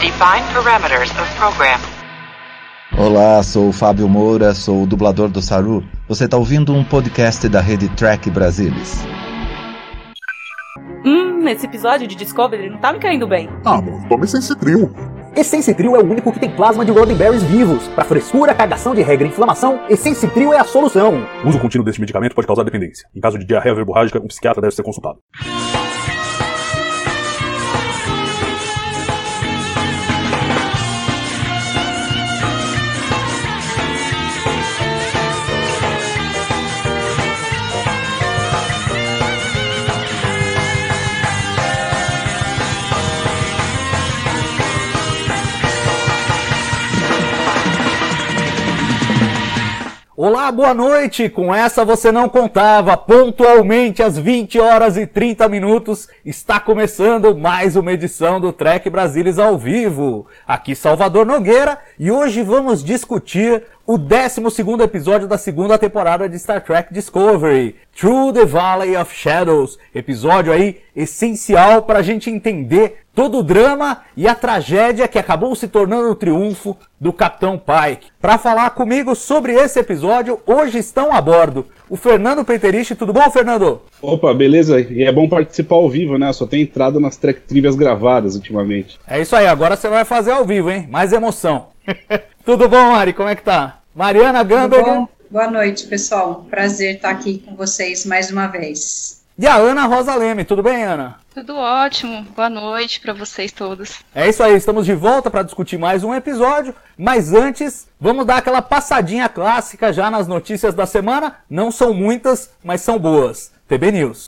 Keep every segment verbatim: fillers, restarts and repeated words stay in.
Define parameters of program. Olá, sou o Fábio Moura, sou o dublador do Saru. Você está ouvindo um podcast da rede Trek Brasilis. Hum, esse episódio de Discovery não tá me caindo bem. Ah, mano, toma Essencetril. Essencetril é o único que tem plasma de Roddenberrys vivos. Para frescura, cagação de regra e inflamação, Essencetril é a solução. O uso contínuo deste medicamento pode causar dependência. Em caso de diarreia verborrágica, um psiquiatra deve ser consultado. Olá, boa noite! Com essa você não contava. Pontualmente às vinte horas e trinta minutos está começando mais uma edição do Trek Brasilis ao vivo. Aqui Salvador Nogueira e hoje vamos discutir o décimo segundo episódio da segunda temporada de Star Trek Discovery, Through the Valley of Shadows. Episódio aí essencial para a gente entender todo o drama e a tragédia que acabou se tornando o triunfo do Capitão Pike. Para falar comigo sobre esse episódio, hoje estão a bordo o Fernando Peiterich. Tudo bom, Fernando? Opa, beleza. E é bom participar ao vivo, né? Só tem entrada nas Trek Trivias gravadas ultimamente. É isso aí, agora você vai fazer ao vivo, hein? Mais emoção. Tudo bom, Mari? Como é que tá? Mariana Gamberger. Boa noite, pessoal. Prazer estar aqui com vocês mais uma vez. E a Ana Rosa Leme. Tudo bem, Ana? Tudo ótimo. Boa noite para vocês todos. É isso aí, estamos de volta para discutir mais um episódio, mas antes, vamos dar aquela passadinha clássica já nas notícias da semana. Não são muitas, mas são boas. T B News.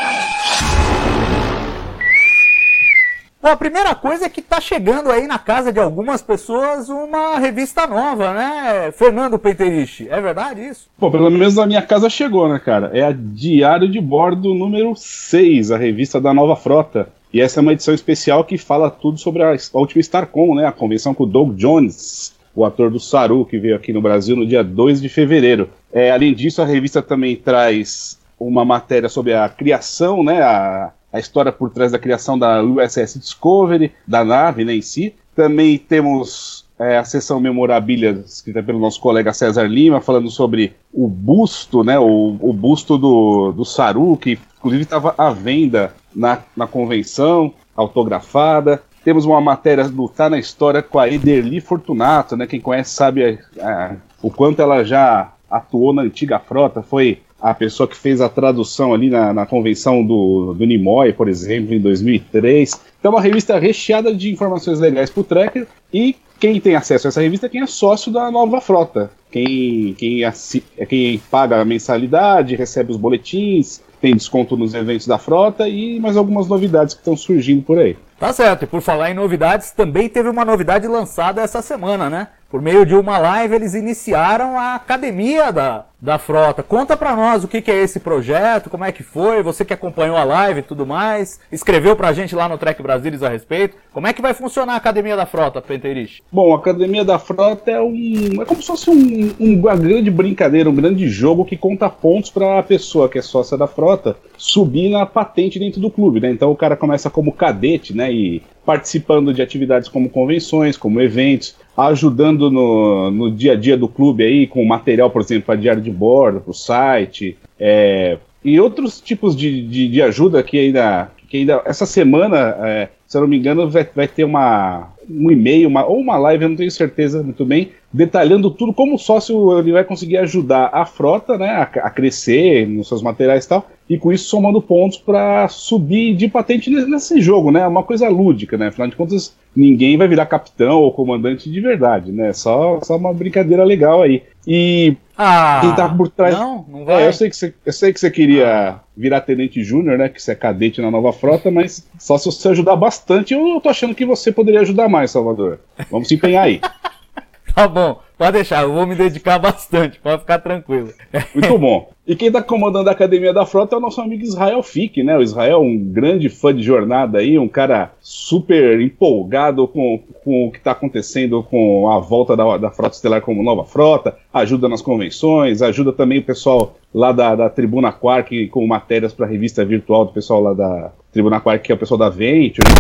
Bom, a primeira coisa é que tá chegando aí na casa de algumas pessoas uma revista nova, né, Fernando Peiterich? É verdade isso? Pô, pelo menos na minha casa chegou, né, cara? É a Diário de Bordo número seis, a revista da Nova Frota. E essa é uma edição especial que fala tudo sobre a, a última StarCon, né, a convenção com o Doug Jones, o ator do Saru, que veio aqui no Brasil no dia dois de fevereiro. É, além disso, a revista também traz uma matéria sobre a criação, né, a... a história por trás da criação da U S S Discovery, da nave, né, em si. Também temos é, a seção Memorabilia, escrita pelo nosso colega César Lima, falando sobre o busto, né, o, o busto do, do Saru, que inclusive estava à venda na, na convenção, autografada. Temos uma matéria do Tá na História com a Ederly Fortunato, né, quem conhece sabe a, a, o quanto ela já atuou na antiga frota, foi a pessoa que fez a tradução ali na, na convenção do, do Nimoy, por exemplo, em dois mil e três. Então é uma revista recheada de informações legais pro Trekker, e quem tem acesso a essa revista é quem é sócio da Nova Frota. Quem, quem, assi- é quem paga a mensalidade, recebe os boletins, tem desconto nos eventos da frota e mais algumas novidades que estão surgindo por aí. Tá certo, e por falar em novidades, também teve uma novidade lançada essa semana, né? Por meio de uma live, eles iniciaram a academia da, da frota. Conta pra nós o que, que é esse projeto, como é que foi, você que acompanhou a live e tudo mais, escreveu pra gente lá no Trek Brasilis a respeito. Como é que vai funcionar a academia da frota, Peiterich? Bom, a academia da frota é um é como se fosse um, um, uma grande brincadeira, um grande jogo que conta pontos pra pessoa que é sócia da frota subir na patente dentro do clube, né? Então o cara começa como cadete, né, e participando de atividades como convenções, como eventos, ajudando no, no dia a dia do clube aí, com material, por exemplo, para diário de bordo, para o site, é, e outros tipos de, de, de ajuda que ainda, que ainda essa semana, é, se eu não me engano, vai, vai ter uma, um e-mail, uma, ou uma live, eu não tenho certeza muito bem, detalhando tudo, como o sócio ele vai conseguir ajudar a frota, né, a, a crescer nos seus materiais e tal, e com isso somando pontos para subir de patente nesse jogo, né? Uma coisa lúdica, né? Afinal de contas, ninguém vai virar capitão ou comandante de verdade, né? Só, só uma brincadeira legal aí. E ah, quem tá por trás... Não, não vai. É, eu sei que você, eu sei que você queria ah. virar tenente júnior, né? Que você é cadete na Nova Frota, mas só se você ajudar bastante, eu tô achando que você poderia ajudar mais, Salvador. Vamos se empenhar aí. Tá bom, pode deixar, eu vou me dedicar bastante, pode ficar tranquilo. Muito bom. E quem está comandando a Academia da Frota é o nosso amigo Israel Fick, né? O Israel, um grande fã de jornada aí, um cara super empolgado com, com o que está acontecendo com a volta da, da Frota Estelar como nova frota, ajuda nas convenções, ajuda também o pessoal lá da, da Tribuna Quark com matérias para a revista virtual do pessoal lá da Tribuna Quark, que é o pessoal da Venture. Então,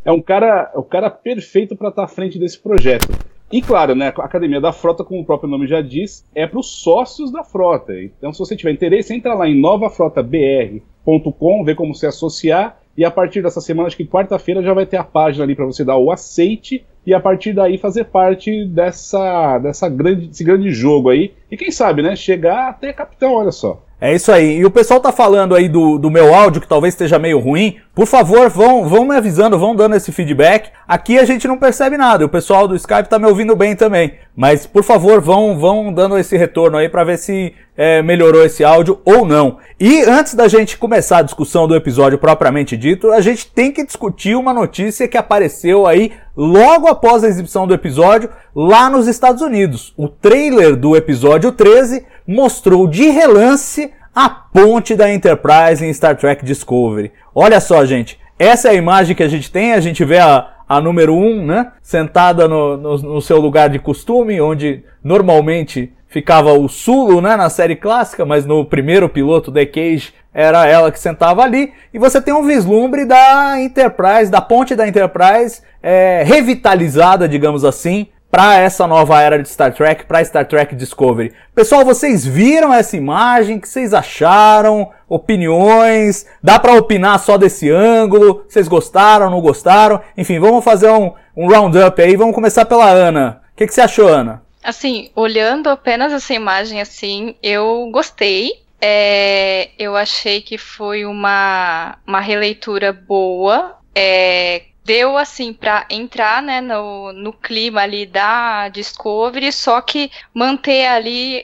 é um cara, o cara perfeito para estar à frente desse projeto. E claro, né, a Academia da Frota, como o próprio nome já diz, é para os sócios da frota. Então, se você tiver interesse, entra lá em nova frota b r ponto com, vê como se associar, e a partir dessa semana, acho que quarta-feira, já vai ter a página ali para você dar o aceite, e a partir daí fazer parte dessa, dessa grande, desse grande jogo aí. E quem sabe, né, chegar até capitão, olha só. É isso aí. E o pessoal tá falando aí do, do meu áudio, que talvez esteja meio ruim. Por favor, vão, vão me avisando, vão dando esse feedback. Aqui a gente não percebe nada. O pessoal do Skype tá me ouvindo bem também. Mas, por favor, vão, vão dando esse retorno aí pra ver se é, melhorou esse áudio ou não. E antes da gente começar a discussão do episódio propriamente dito, a gente tem que discutir uma notícia que apareceu aí logo após a exibição do episódio lá nos Estados Unidos. O trailer do episódio treze mostrou de relance a ponte da Enterprise em Star Trek Discovery. Olha só, gente, essa é a imagem que a gente tem, a gente vê a, a número um, né, sentada no, no, no seu lugar de costume, onde normalmente ficava o Sulu, né, na série clássica, mas no primeiro piloto, The Cage, era ela que sentava ali, e você tem um vislumbre da Enterprise, da ponte da Enterprise, é, revitalizada, digamos assim, para essa nova era de Star Trek, para Star Trek Discovery. Pessoal, vocês viram essa imagem? O que vocês acharam? Opiniões? Dá para opinar só desse ângulo? Vocês gostaram, não gostaram? Enfim, vamos fazer um, um round-up aí. Vamos começar pela Ana. O que, que você achou, Ana? Assim, olhando apenas essa imagem assim, eu gostei. É, eu achei que foi uma, uma releitura boa. É, deu, assim, pra entrar, né, no, no clima ali da Discovery, só que manter ali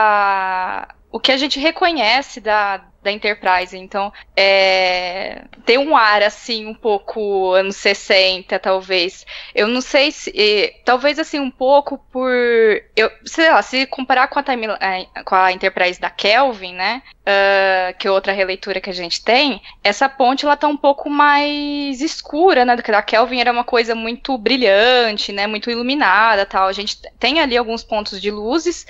a, o que a gente reconhece da, da Enterprise. Então, é, tem um ar, assim, um pouco anos sessenta, talvez. Eu não sei se... Eh, talvez, assim, um pouco por... Eu, sei lá, se comparar com a, time, com a Enterprise da Kelvin, né? Uh, que é outra releitura que a gente tem, essa ponte, ela tá um pouco mais escura, né? Porque a Kelvin era uma coisa muito brilhante, né? Muito iluminada, tal. A gente tem ali alguns pontos de luzes,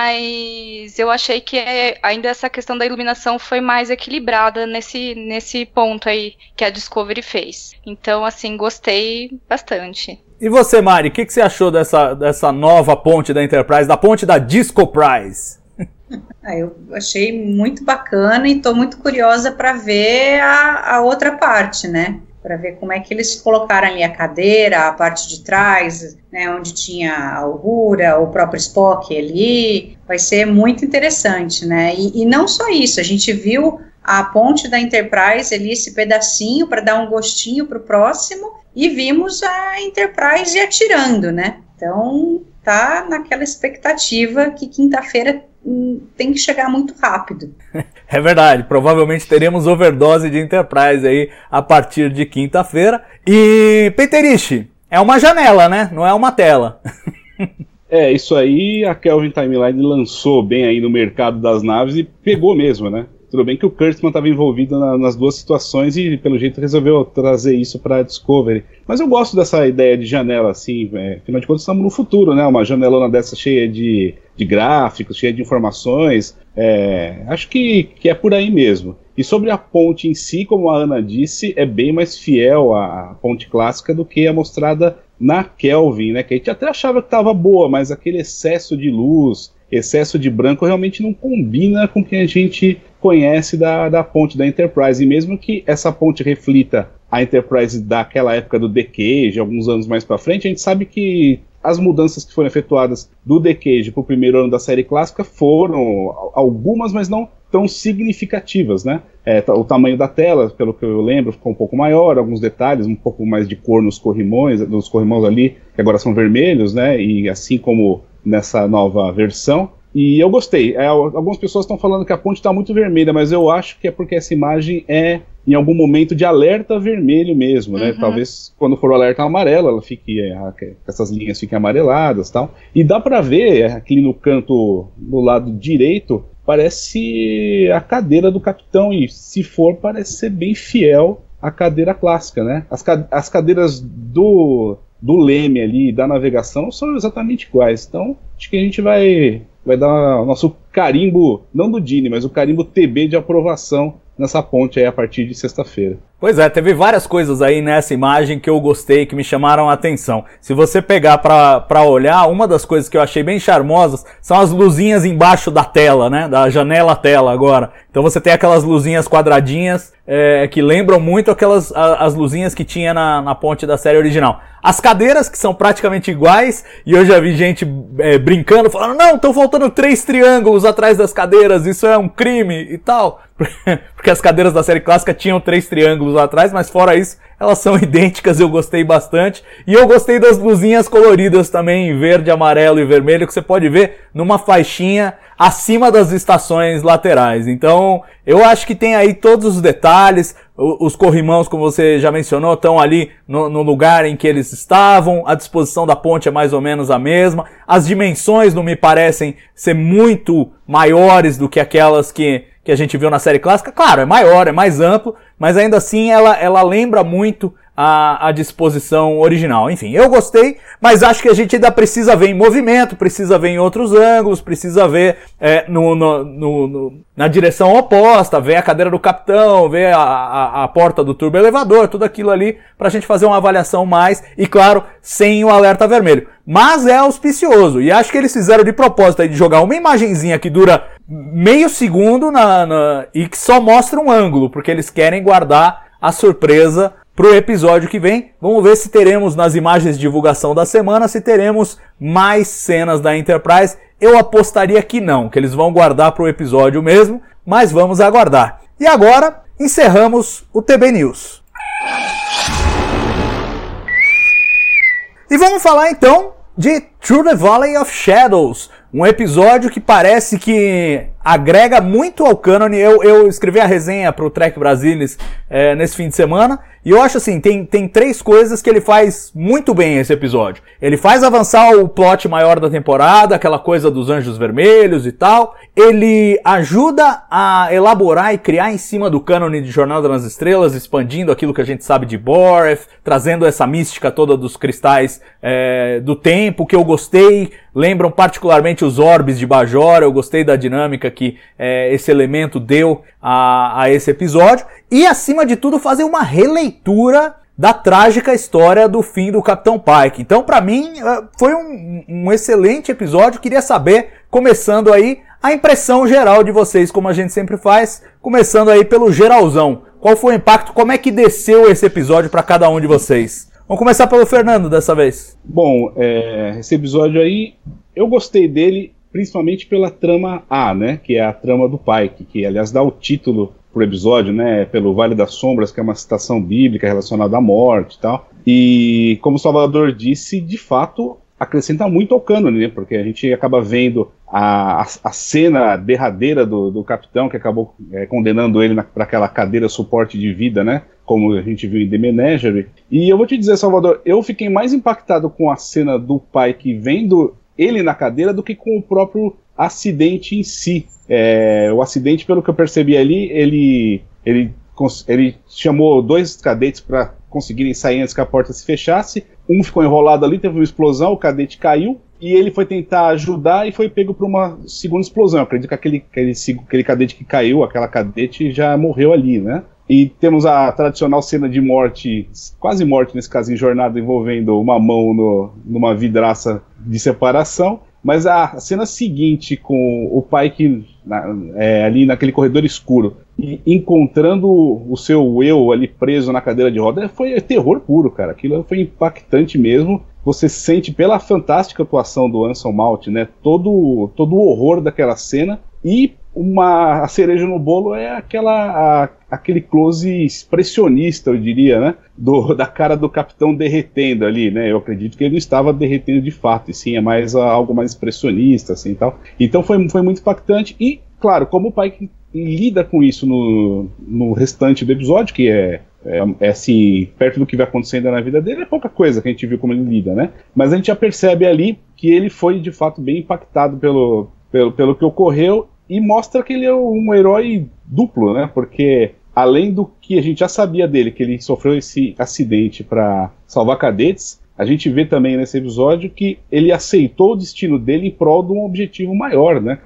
mas eu achei que é, ainda essa questão da iluminação foi mais equilibrada nesse, nesse ponto aí que a Discovery fez. Então, assim, gostei bastante. E você, Mari, o que, que você achou dessa, dessa nova ponte da Enterprise, da ponte da Discoprise? Ah, eu achei muito bacana e estou muito curiosa para ver a, a outra parte, né? Para ver como é que eles colocaram ali a cadeira, a parte de trás, né? Onde tinha a Uhura, o próprio Spock ali. Vai ser muito interessante, né? E, e não só isso, a gente viu a ponte da Enterprise ali, esse pedacinho para dar um gostinho para o próximo, e vimos a Enterprise atirando, né? Então, tá naquela expectativa que quinta-feira hum, tem que chegar muito rápido. É verdade, provavelmente teremos overdose de Enterprise aí a partir de quinta-feira. E, Peiteriche, é uma janela, né? Não é uma tela. É, isso aí a Kelvin Timeline lançou bem aí no mercado das naves e pegou mesmo, né? Tudo bem que o Kurtzman estava envolvido na, nas duas situações e, pelo jeito, resolveu trazer isso para a Discovery. Mas eu gosto dessa ideia de janela, assim, é, afinal de contas estamos no futuro, né? Uma janelona dessa cheia de, de gráficos, cheia de informações. É, acho que, que é por aí mesmo. E sobre a ponte em si, como a Ana disse, é bem mais fiel à ponte clássica do que a mostrada na Kelvin, né? Que a gente até achava que estava boa, mas aquele excesso de luz, excesso de branco realmente não combina com o que a gente conhece da, da ponte da Enterprise. E mesmo que essa ponte reflita a Enterprise daquela época do Decade, alguns anos mais para frente, a gente sabe que as mudanças que foram efetuadas do Decade para o primeiro ano da série clássica foram algumas, mas não tão significativas, né? É, o tamanho da tela, pelo que eu lembro, ficou um pouco maior, alguns detalhes, um pouco mais de cor nos corrimões, nos corrimões ali, que agora são vermelhos, né? E assim como nessa nova versão. E eu gostei. É, algumas pessoas estão falando que a ponte está muito vermelha, mas eu acho que é porque essa imagem é, em algum momento, de alerta vermelho mesmo, né? Uhum. Talvez quando for o alerta amarelo, ela fique, é, essas linhas fiquem amareladas e tal. E dá para ver aqui no canto do lado direito, parece a cadeira do capitão, e se for, parece ser bem fiel à cadeira clássica, né? As, as cadeiras do, do leme ali, da navegação, são exatamente iguais. Então, acho que a gente vai... vai dar o nosso carimbo, não do Dini, mas o carimbo T B de aprovação nessa ponte aí a partir de sexta-feira. Pois é, teve várias coisas aí nessa imagem que eu gostei, que me chamaram a atenção. Se você pegar pra, pra olhar, uma das coisas que eu achei bem charmosas são as luzinhas embaixo da tela, né, da janela tela agora. Então você tem aquelas luzinhas quadradinhas, é, que lembram muito aquelas a, as luzinhas que tinha na, na ponte da série original. As cadeiras, que são praticamente iguais, e eu já vi gente é, brincando, falando, não, estão faltando três triângulos atrás das cadeiras, isso é um crime e tal. Porque as cadeiras da série clássica tinham três triângulos lá atrás, mas fora isso, elas são idênticas, eu gostei bastante. E eu gostei das luzinhas coloridas também, em verde, amarelo e vermelho, que você pode ver numa faixinha acima das estações laterais. Então, eu acho que tem aí todos os detalhes. Os corrimãos, como você já mencionou, estão ali no, no lugar em que eles estavam. A disposição da ponte é mais ou menos a mesma. As dimensões não me parecem ser muito maiores do que aquelas que, que a gente viu na série clássica. Claro, é maior, é mais amplo, mas ainda assim ela, ela lembra muito a, a disposição original. Enfim, eu gostei, mas acho que a gente ainda precisa ver em movimento, precisa ver em outros ângulos, precisa ver é, no, no, no, no, na direção oposta, ver a cadeira do capitão, ver a, a, a porta do turboelevador, tudo aquilo ali, pra gente fazer uma avaliação mais, e claro, sem o alerta vermelho. Mas é auspicioso, e acho que eles fizeram de propósito aí de jogar uma imagenzinha que dura meio segundo na, na, e que só mostra um ângulo, porque eles querem guardar a surpresa pro episódio que vem. Vamos ver se teremos nas imagens de divulgação da semana, se teremos mais cenas da Enterprise. Eu apostaria que não, que eles vão guardar pro episódio mesmo, mas vamos aguardar. E agora, encerramos o T B News. E vamos falar então de Through the Valley of Shadows, um episódio que parece que agrega muito ao cânone. Eu, eu escrevi a resenha pro Trek Brasilis é, nesse fim de semana, e eu acho assim, tem, tem três coisas que ele faz muito bem esse episódio. Ele faz avançar o plot maior da temporada, aquela coisa dos Anjos Vermelhos e tal. Ele ajuda a elaborar e criar em cima do cânone de Jornada nas Estrelas, expandindo aquilo que a gente sabe de Boreth, trazendo essa mística toda dos cristais é, do tempo, que eu gostei. Lembram particularmente os orbes de Bajor, eu gostei da dinâmica que é, esse elemento deu a, a esse episódio. E, acima de tudo, fazer uma releitura da trágica história do fim do Capitão Pike. Então, pra mim, foi um, um excelente episódio. Queria saber, começando aí, a impressão geral de vocês, como a gente sempre faz, começando aí pelo geralzão. Qual foi o impacto? Como é que desceu esse episódio pra cada um de vocês? Vamos começar pelo Fernando dessa vez. Bom, é, esse episódio aí, eu gostei dele principalmente pela trama A, né, que é a trama do Pike, que aliás dá o título pro episódio, né, pelo Vale das Sombras, que é uma citação bíblica relacionada à morte e tal. E como o Salvador disse, de fato acrescenta muito ao cânone, né, porque a gente acaba vendo a, a, a cena derradeira do, do capitão, que acabou é, condenando ele para aquela cadeira suporte de vida, né, como a gente viu em The Menagerie. E eu vou te dizer, Salvador, eu fiquei mais impactado com a cena do Pike vendo ele na cadeira do que com o próprio acidente em si. É, o acidente, pelo que eu percebi ali, ele, ele, ele chamou dois cadetes para conseguirem sair antes que a porta se fechasse. Um ficou enrolado ali, teve uma explosão, o cadete caiu, e ele foi tentar ajudar e foi pego por uma segunda explosão. Eu acredito que aquele, aquele, aquele cadete que caiu, aquela cadete já morreu ali, né? E temos a tradicional cena de morte, quase morte nesse caso em Jornada, envolvendo uma mão no, numa vidraça de separação. Mas a cena seguinte, com o Pike na, é, ali naquele corredor escuro, e encontrando o seu eu ali preso na cadeira de roda, foi terror puro, cara. Aquilo foi impactante mesmo. Você sente pela fantástica atuação do Anson Mount, né, todo, todo o horror daquela cena. E uma, a cereja no bolo é aquela, a, aquele close expressionista, eu diria, né, do, da cara do capitão derretendo ali, né. Eu acredito que ele não estava derretendo de fato, e sim, é mais a, algo mais expressionista, assim, tal. Então foi, foi muito impactante. E, claro, como o Pike lida com isso no, no restante do episódio, que é, é, é assim, perto do que vai acontecendo na vida dele, é pouca coisa que a gente viu como ele lida, né. Mas a gente já percebe ali que ele foi, de fato, bem impactado pelo, pelo, pelo que ocorreu. E mostra que ele é um herói duplo, né? Porque além do que a gente já sabia dele, que ele sofreu esse acidente para salvar cadetes, a gente vê também nesse episódio que ele aceitou o destino dele em prol de um objetivo maior, né, cara?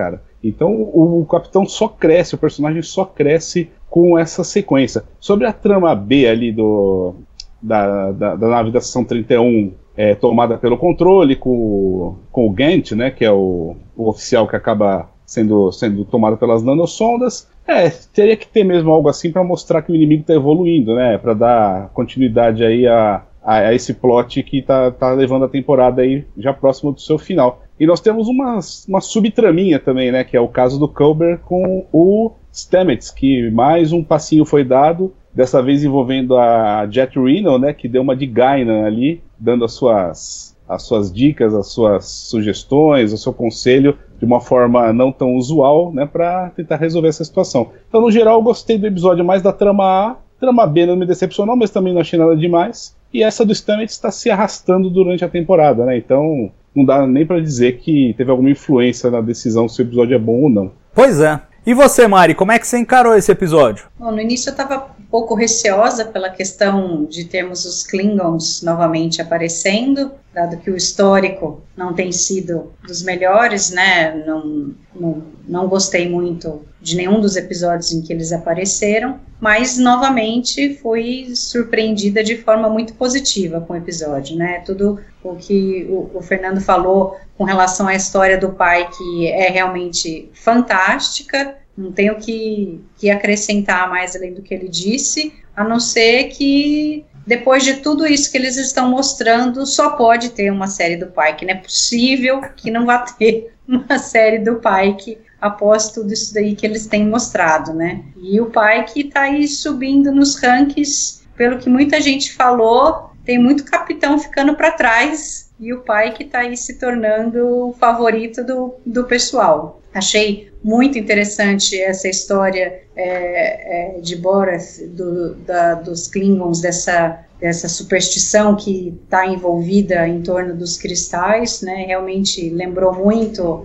Então o, o Capitão só cresce, o personagem só cresce com essa sequência. Sobre a trama B ali do, da, da, da nave da Seção trinta e um, é, tomada pelo controle, com, com o Gant, né, que é o, o oficial que acaba sendo, sendo tomado pelas nanosondas, é, teria que ter mesmo algo assim para mostrar que o inimigo está evoluindo, né, para dar continuidade aí a, a, a esse plot que está tá levando a temporada aí já próximo do seu final. E nós temos uma, uma subtraminha também, né, que é o caso do Culber com o Stamets, que mais um passinho foi dado, dessa vez envolvendo a Jet Reno, né, que deu uma de Guinan ali, dando as suas, as suas dicas, as suas sugestões, o seu conselho, de uma forma não tão usual, né, para tentar resolver essa situação. Então, no geral, eu gostei do episódio mais da trama A, trama B não me decepcionou, mas também não achei nada demais, e essa do Stamets está se arrastando durante a temporada, né, então não dá nem para dizer que teve alguma influência na decisão se o episódio é bom ou não. Pois é. E você, Mari, como é que você encarou esse episódio? Bom, no início eu estava um pouco receosa pela questão de termos os Klingons novamente aparecendo, dado que o histórico não tem sido dos melhores, né? Não, não, não gostei muito de nenhum dos episódios em que eles apareceram, mas novamente fui surpreendida de forma muito positiva com o episódio, né? Tudo o que o, o Fernando falou com relação à história do pai, que é realmente fantástica, não tenho que, que acrescentar mais além do que ele disse, a não ser que depois de tudo isso que eles estão mostrando, só pode ter uma série do Pike, não é possível que não vá ter uma série do Pike após tudo isso daí que eles têm mostrado, né? E o Pike tá aí subindo nos rankings, pelo que muita gente falou, tem muito capitão ficando para trás, e o Pike tá aí se tornando o favorito do, do pessoal. Achei muito interessante essa história é, é, de Borath, do, da, dos Klingons, dessa, dessa superstição que está envolvida em torno dos cristais, né? Realmente lembrou muito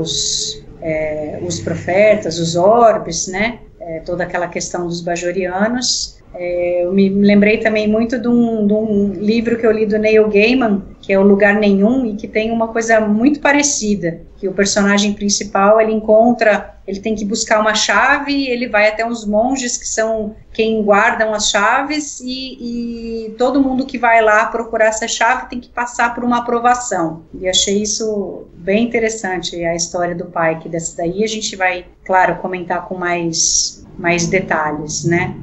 os, é, os profetas, os orbes, né? É, toda aquela questão dos bajorianos. É, eu me lembrei também muito de um, de um livro que eu li do Neil Gaiman, que é O Lugar Nenhum, e que tem uma coisa muito parecida, que o personagem principal, ele encontra, ele tem que buscar uma chave, ele vai até uns monges que são quem guardam as chaves, e, e todo mundo que vai lá procurar essa chave tem que passar por uma aprovação. E achei isso bem interessante, a história do Pike dessa daí. A gente vai, claro, comentar com mais, mais detalhes, né?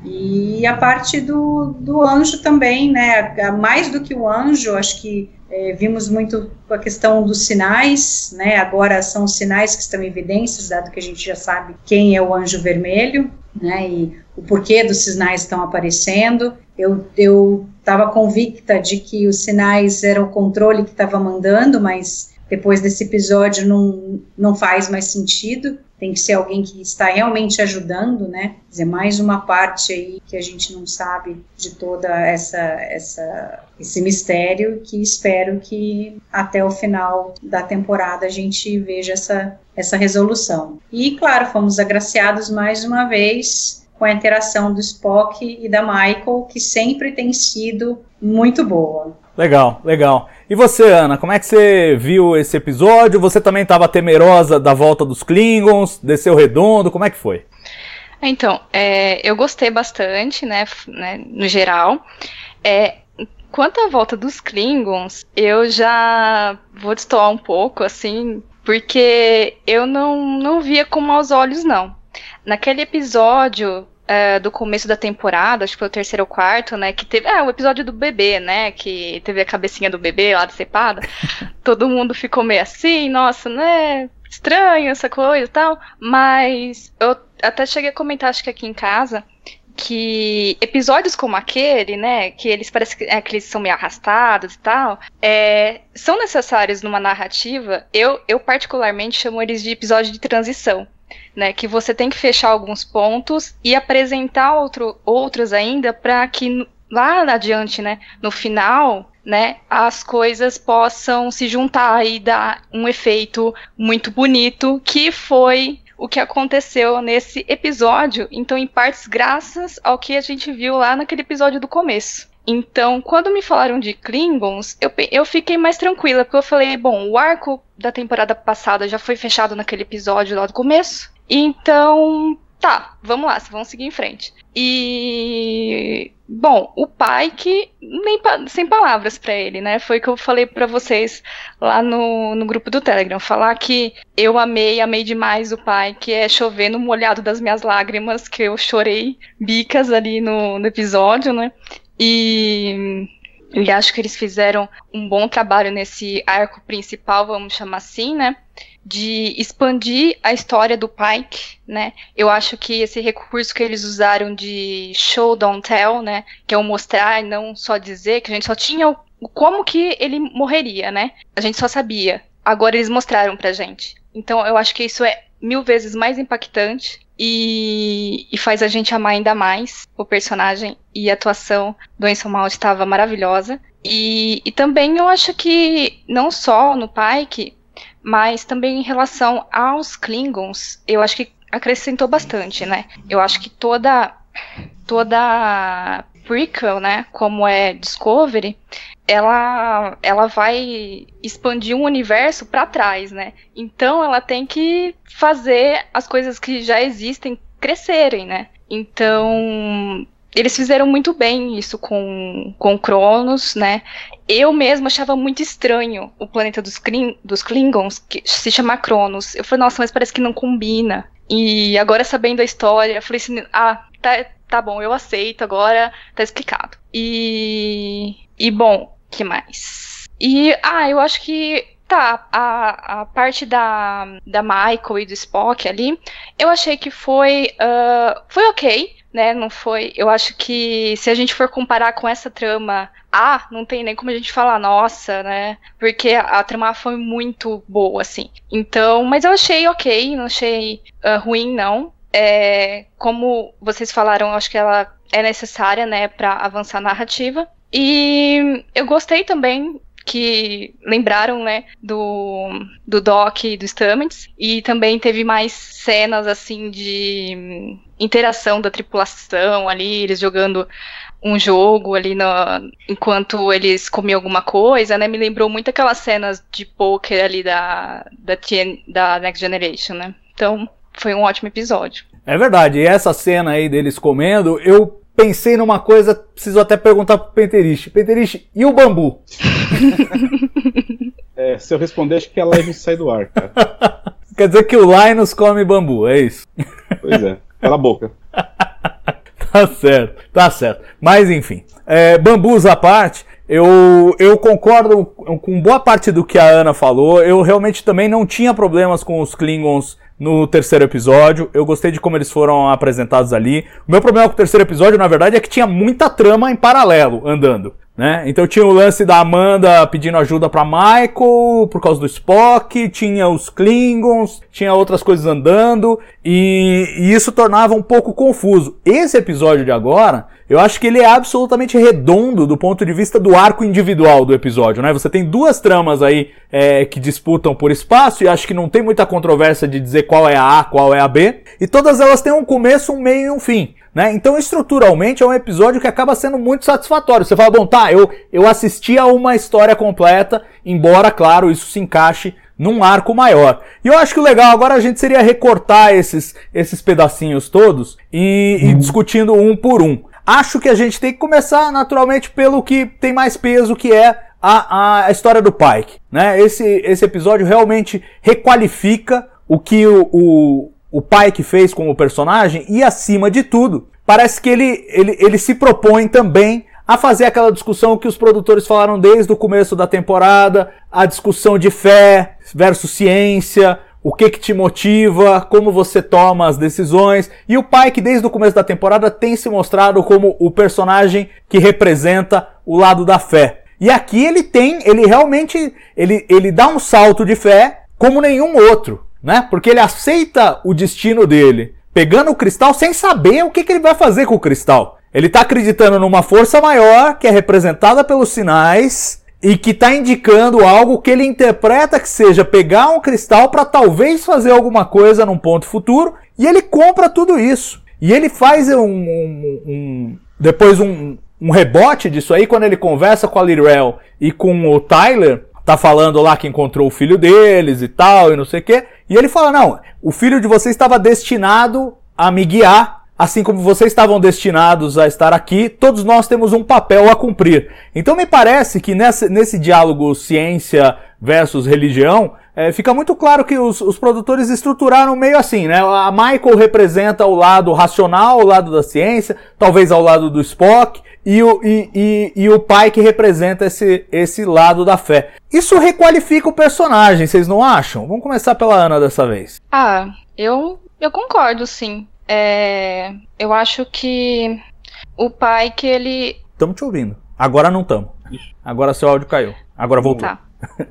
E a parte do, do anjo também, né, mais do que o anjo, acho que é, vimos muito a questão dos sinais, né, agora são os sinais que estão em evidências, dado que a gente já sabe quem é o anjo vermelho, né, e o porquê dos sinais estão aparecendo. Eu estava convicta de que os sinais eram o controle que estava mandando, mas depois desse episódio não, não faz mais sentido. Tem que ser alguém que está realmente ajudando, né? Quer dizer, mais uma parte aí que a gente não sabe de toda essa, essa esse mistério, que espero que até o final da temporada a gente veja essa, essa resolução. E, claro, fomos agraciados mais uma vez com a interação do Spock e da Michael, que sempre tem sido muito boa. Legal, legal. E você, Ana, como é que você viu esse episódio? Você também estava temerosa da volta dos Klingons? Desceu redondo? Como é que foi? Então, é, eu gostei bastante, né, né no geral. É, quanto à volta dos Klingons, eu já vou destoar um pouco, assim, porque eu não, não via com maus olhos, não. Naquele episódio... Uh, do começo da temporada, acho que foi o terceiro ou quarto, né, que teve, ah, o episódio do bebê, né, que teve a cabecinha do bebê lá decepada, todo mundo ficou meio assim, nossa, né, estranho essa coisa e tal, mas eu até cheguei a comentar, acho que aqui em casa, que episódios como aquele, né, que eles parecem que, é, que eles são meio arrastados e tal, é, são necessários numa narrativa. Eu, eu particularmente chamo eles de episódio de transição, né, que você tem que fechar alguns pontos e apresentar outro, outros ainda para que lá adiante, né, no final, né, as coisas possam se juntar e dar um efeito muito bonito, que foi o que aconteceu nesse episódio, então em partes graças ao que a gente viu lá naquele episódio do começo. Então, quando me falaram de Klingons, eu, eu fiquei mais tranquila, porque eu falei, bom, o arco da temporada passada já foi fechado naquele episódio lá do começo. Então, tá, vamos lá, vamos seguir em frente. E... Bom, o Pike, nem pa- sem palavras pra ele, né? Foi o que eu falei pra vocês lá no, no grupo do Telegram. Falar que eu amei, amei demais o Pike, é chover no molhado das minhas lágrimas, que eu chorei bicas ali no, no episódio, né? E... E acho que eles fizeram um bom trabalho nesse arco principal, vamos chamar assim, né? De expandir a história do Pike, né? Eu acho que esse recurso que eles usaram de show, don't tell, né? Que é o mostrar e não só dizer, que a gente só tinha o, como que ele morreria, né? A gente só sabia. Agora eles mostraram pra gente. Então eu acho que isso é mil vezes mais impactante e, e faz a gente amar ainda mais o personagem, e a atuação do Anson Mount estava maravilhosa. E, e também eu acho que não só no Pike, mas também em relação aos Klingons, eu acho que acrescentou bastante, né? Eu acho que toda toda prequel, né, como é Discovery, ela, ela vai expandir um universo para trás, né? Então ela tem que fazer as coisas que já existem crescerem, né? Então eles fizeram muito bem isso com, com Cronos, né? Eu mesma achava muito estranho o planeta dos, Kling, dos Klingons, que se chama Cronos. Eu falei, nossa, mas parece que não combina. E agora, sabendo a história, eu falei assim, ah, tá, tá bom, eu aceito, agora tá explicado. E, e bom, que mais? E, ah, eu acho que, tá, a, a parte da, da Michael e do Spock ali, eu achei que foi, uh, foi ok, né, não foi, eu acho que se a gente for comparar com essa trama A, não tem nem como a gente falar, nossa, né, porque a, a trama A foi muito boa, assim. Então, mas eu achei ok, não achei uh, ruim, não. É, como vocês falaram, eu acho que ela é necessária, né, pra avançar a narrativa. E eu gostei também que lembraram, né, do, do Doc e do Stamets, e também teve mais cenas, assim, de interação da tripulação ali, eles jogando um jogo ali no, enquanto eles comiam alguma coisa, né, me lembrou muito aquelas cenas de poker ali da, da, da Next Generation, né, então foi um ótimo episódio. É verdade, e essa cena aí deles comendo, eu pensei numa coisa, preciso até perguntar pro Penteriche. Penteriche, e o bambu? É, se eu responder, acho que a live sai do ar, cara. Quer dizer que o Linus come bambu, é isso? Pois é, cala a boca. Tá certo, tá certo. Mas enfim, é, bambus à parte, eu, eu concordo com boa parte do que a Ana falou. Eu realmente também não tinha problemas com os Klingons no terceiro episódio. Eu gostei de como eles foram apresentados ali. O meu problema com o terceiro episódio, na verdade, é que tinha muita trama em paralelo andando, né? Então tinha o lance da Amanda pedindo ajuda pra Michael por causa do Spock, tinha os Klingons, tinha outras coisas andando, e, e isso tornava um pouco confuso. Esse episódio de agora, eu acho que ele é absolutamente redondo do ponto de vista do arco individual do episódio, né? Você tem duas tramas aí é, que disputam por espaço, e acho que não tem muita controvérsia de dizer qual é a A, qual é a B, e todas elas têm um começo, um meio e um fim, né? Então, estruturalmente, é um episódio que acaba sendo muito satisfatório. Você fala, bom, tá, eu, eu assisti a uma história completa, embora, claro, isso se encaixe num arco maior. E eu acho que o legal agora a gente seria recortar esses, esses pedacinhos todos e, e discutindo um por um. Acho que a gente tem que começar, naturalmente, pelo que tem mais peso, que é a, a história do Pike, né? Esse, esse episódio realmente requalifica o que o, o, o Pike fez como personagem, e acima de tudo, parece que ele, ele, ele se propõe também a fazer aquela discussão que os produtores falaram desde o começo da temporada, a discussão de fé versus ciência, o que que te motiva, como você toma as decisões. E o Pike, desde o começo da temporada, tem se mostrado como o personagem que representa o lado da fé. E aqui ele tem, ele realmente, ele, ele dá um salto de fé como nenhum outro, né? Porque ele aceita o destino dele, pegando o cristal sem saber o que que ele vai fazer com o cristal. Ele está acreditando numa força maior, que é representada pelos sinais, e que está indicando algo que ele interpreta que seja pegar um cristal para talvez fazer alguma coisa num ponto futuro, e ele compra tudo isso. E ele faz um, um, um depois um, um rebote disso aí, quando ele conversa com a Lirel e com o Tyler, tá falando lá que encontrou o filho deles e tal, e não sei o quê. E ele fala, não, o filho de vocês estava destinado a me guiar, assim como vocês estavam destinados a estar aqui, todos nós temos um papel a cumprir. Então me parece que nesse, nesse diálogo ciência versus religião, é, fica muito claro que os, os produtores estruturaram meio assim, né? A Michael representa o lado racional, o lado da ciência, talvez ao lado do Spock, e o, e, e, e o pai que representa esse, esse lado da fé. Isso requalifica o personagem, vocês não acham? Vamos começar pela Ana dessa vez. Ah, eu, eu concordo, sim. É, eu acho que o pai que ele... Estamos te ouvindo. Agora não estamos. Agora seu áudio caiu. Agora voltou. Tá.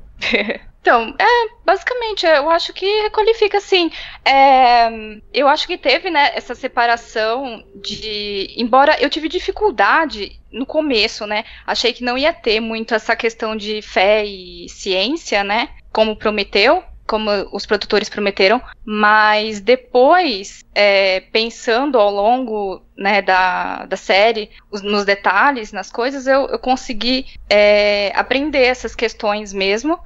Então, é, basicamente, eu acho que requalifica, sim. É, eu acho que teve, né, essa separação de... Embora eu tive dificuldade no começo, né, achei que não ia ter muito essa questão de fé e ciência, né, como prometeu, como os produtores prometeram, mas depois, é, pensando ao longo, né, da, da série, os, nos detalhes, nas coisas, eu, eu consegui é, aprender essas questões mesmo,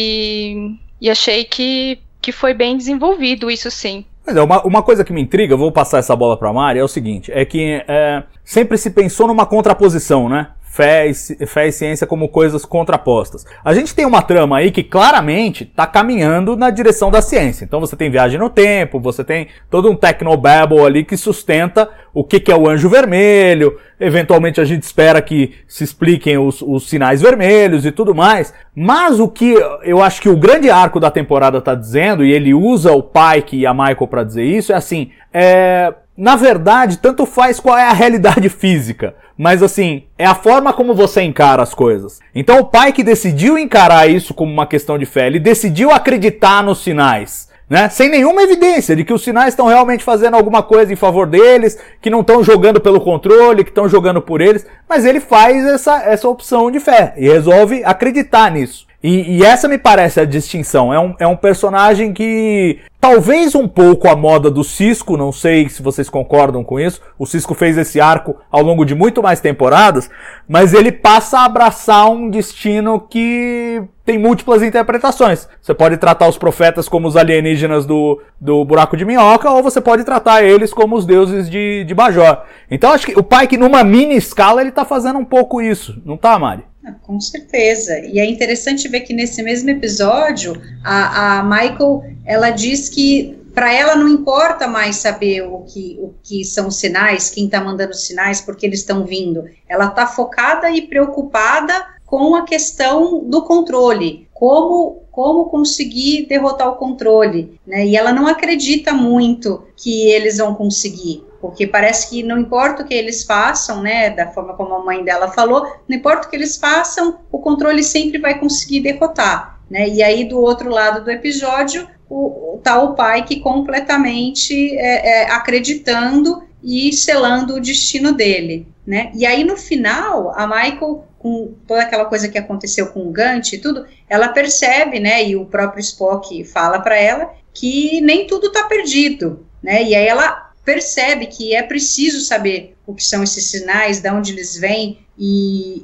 e, e achei que, que foi bem desenvolvido isso, sim. Mas é, uma, uma coisa que me intriga, eu vou passar essa bola para a Mari, é o seguinte, é que é, sempre se pensou numa contraposição, né? Fé e, fé e ciência como coisas contrapostas. A gente tem uma trama aí que claramente está caminhando na direção da ciência. Então você tem viagem no tempo, você tem todo um technobabble ali que sustenta o que, que é o anjo vermelho. Eventualmente a gente espera que se expliquem os, os sinais vermelhos e tudo mais. Mas o que eu acho que o grande arco da temporada está dizendo, e ele usa o Pike e a Michael para dizer isso, é assim, é... na verdade, tanto faz qual é a realidade física, mas assim, é a forma como você encara as coisas. Então o pai que decidiu encarar isso como uma questão de fé, ele decidiu acreditar nos sinais, né? Sem nenhuma evidência de que os sinais estão realmente fazendo alguma coisa em favor deles, que não estão jogando pelo controle, que estão jogando por eles, mas ele faz essa, essa opção de fé e resolve acreditar nisso. E, e essa me parece a distinção. É um, é um personagem que, talvez um pouco à moda do Cisco, não sei se vocês concordam com isso, o Cisco fez esse arco ao longo de muito mais temporadas, mas ele passa a abraçar um destino que tem múltiplas interpretações. Você pode tratar os profetas como os alienígenas do, do buraco de minhoca, ou você pode tratar eles como os deuses de, de Bajor. Então acho que o Pike, numa mini escala, ele tá fazendo um pouco isso, não tá, Mari? Com certeza, e é interessante ver que nesse mesmo episódio a, a Michael, ela diz que para ela não importa mais saber o que, o que são os sinais, quem está mandando os sinais, porque eles estão vindo, ela está focada e preocupada com a questão do controle, como, como conseguir derrotar o controle, né? E ela não acredita muito que eles vão conseguir, porque parece que não importa o que eles façam, né, da forma como a mãe dela falou, não importa o que eles façam, o controle sempre vai conseguir derrotar, né, e aí do outro lado do episódio, o, o, tá o pai que completamente é, é, acreditando e selando o destino dele, né, e aí no final, a Michael, com toda aquela coisa que aconteceu com o Gant e tudo, ela percebe, né, e o próprio Spock fala para ela, que nem tudo tá perdido, né, e aí ela percebe que é preciso saber o que são esses sinais, de onde eles vêm e,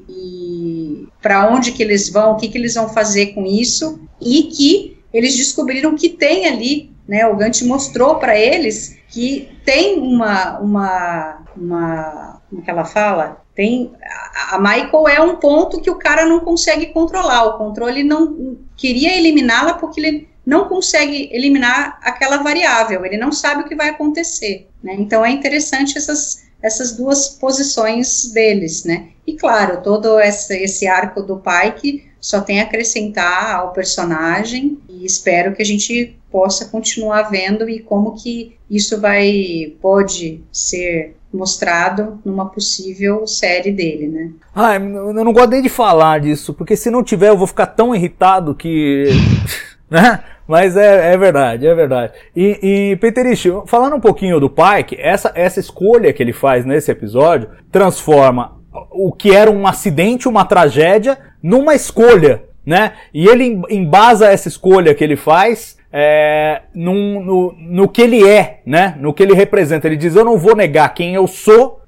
e para onde que eles vão, o que, que eles vão fazer com isso, e que eles descobriram que tem ali, né, o Gant mostrou para eles que tem uma, uma, uma, como que ela fala? Tem, a Michael é um ponto que o cara não consegue controlar, o controle não queria eliminá-la porque ele não consegue eliminar aquela variável, ele não sabe o que vai acontecer, né? Então é interessante essas, essas duas posições deles, né? E claro, todo esse, esse arco do Pike só tem a acrescentar ao personagem, e espero que a gente possa continuar vendo e como que isso vai, pode ser mostrado numa possível série dele, né? Ah, eu não gosto nem de falar disso, porque se não tiver eu vou ficar tão irritado que... né? Mas é, é verdade, é verdade. E, e Peterich, falando um pouquinho do Pike, essa, essa escolha que ele faz nesse episódio transforma o que era um acidente, uma tragédia, numa escolha, né? E ele embasa essa escolha que ele faz é, num, no, no que ele é, né? No que ele representa. Ele diz, eu não vou negar quem eu sou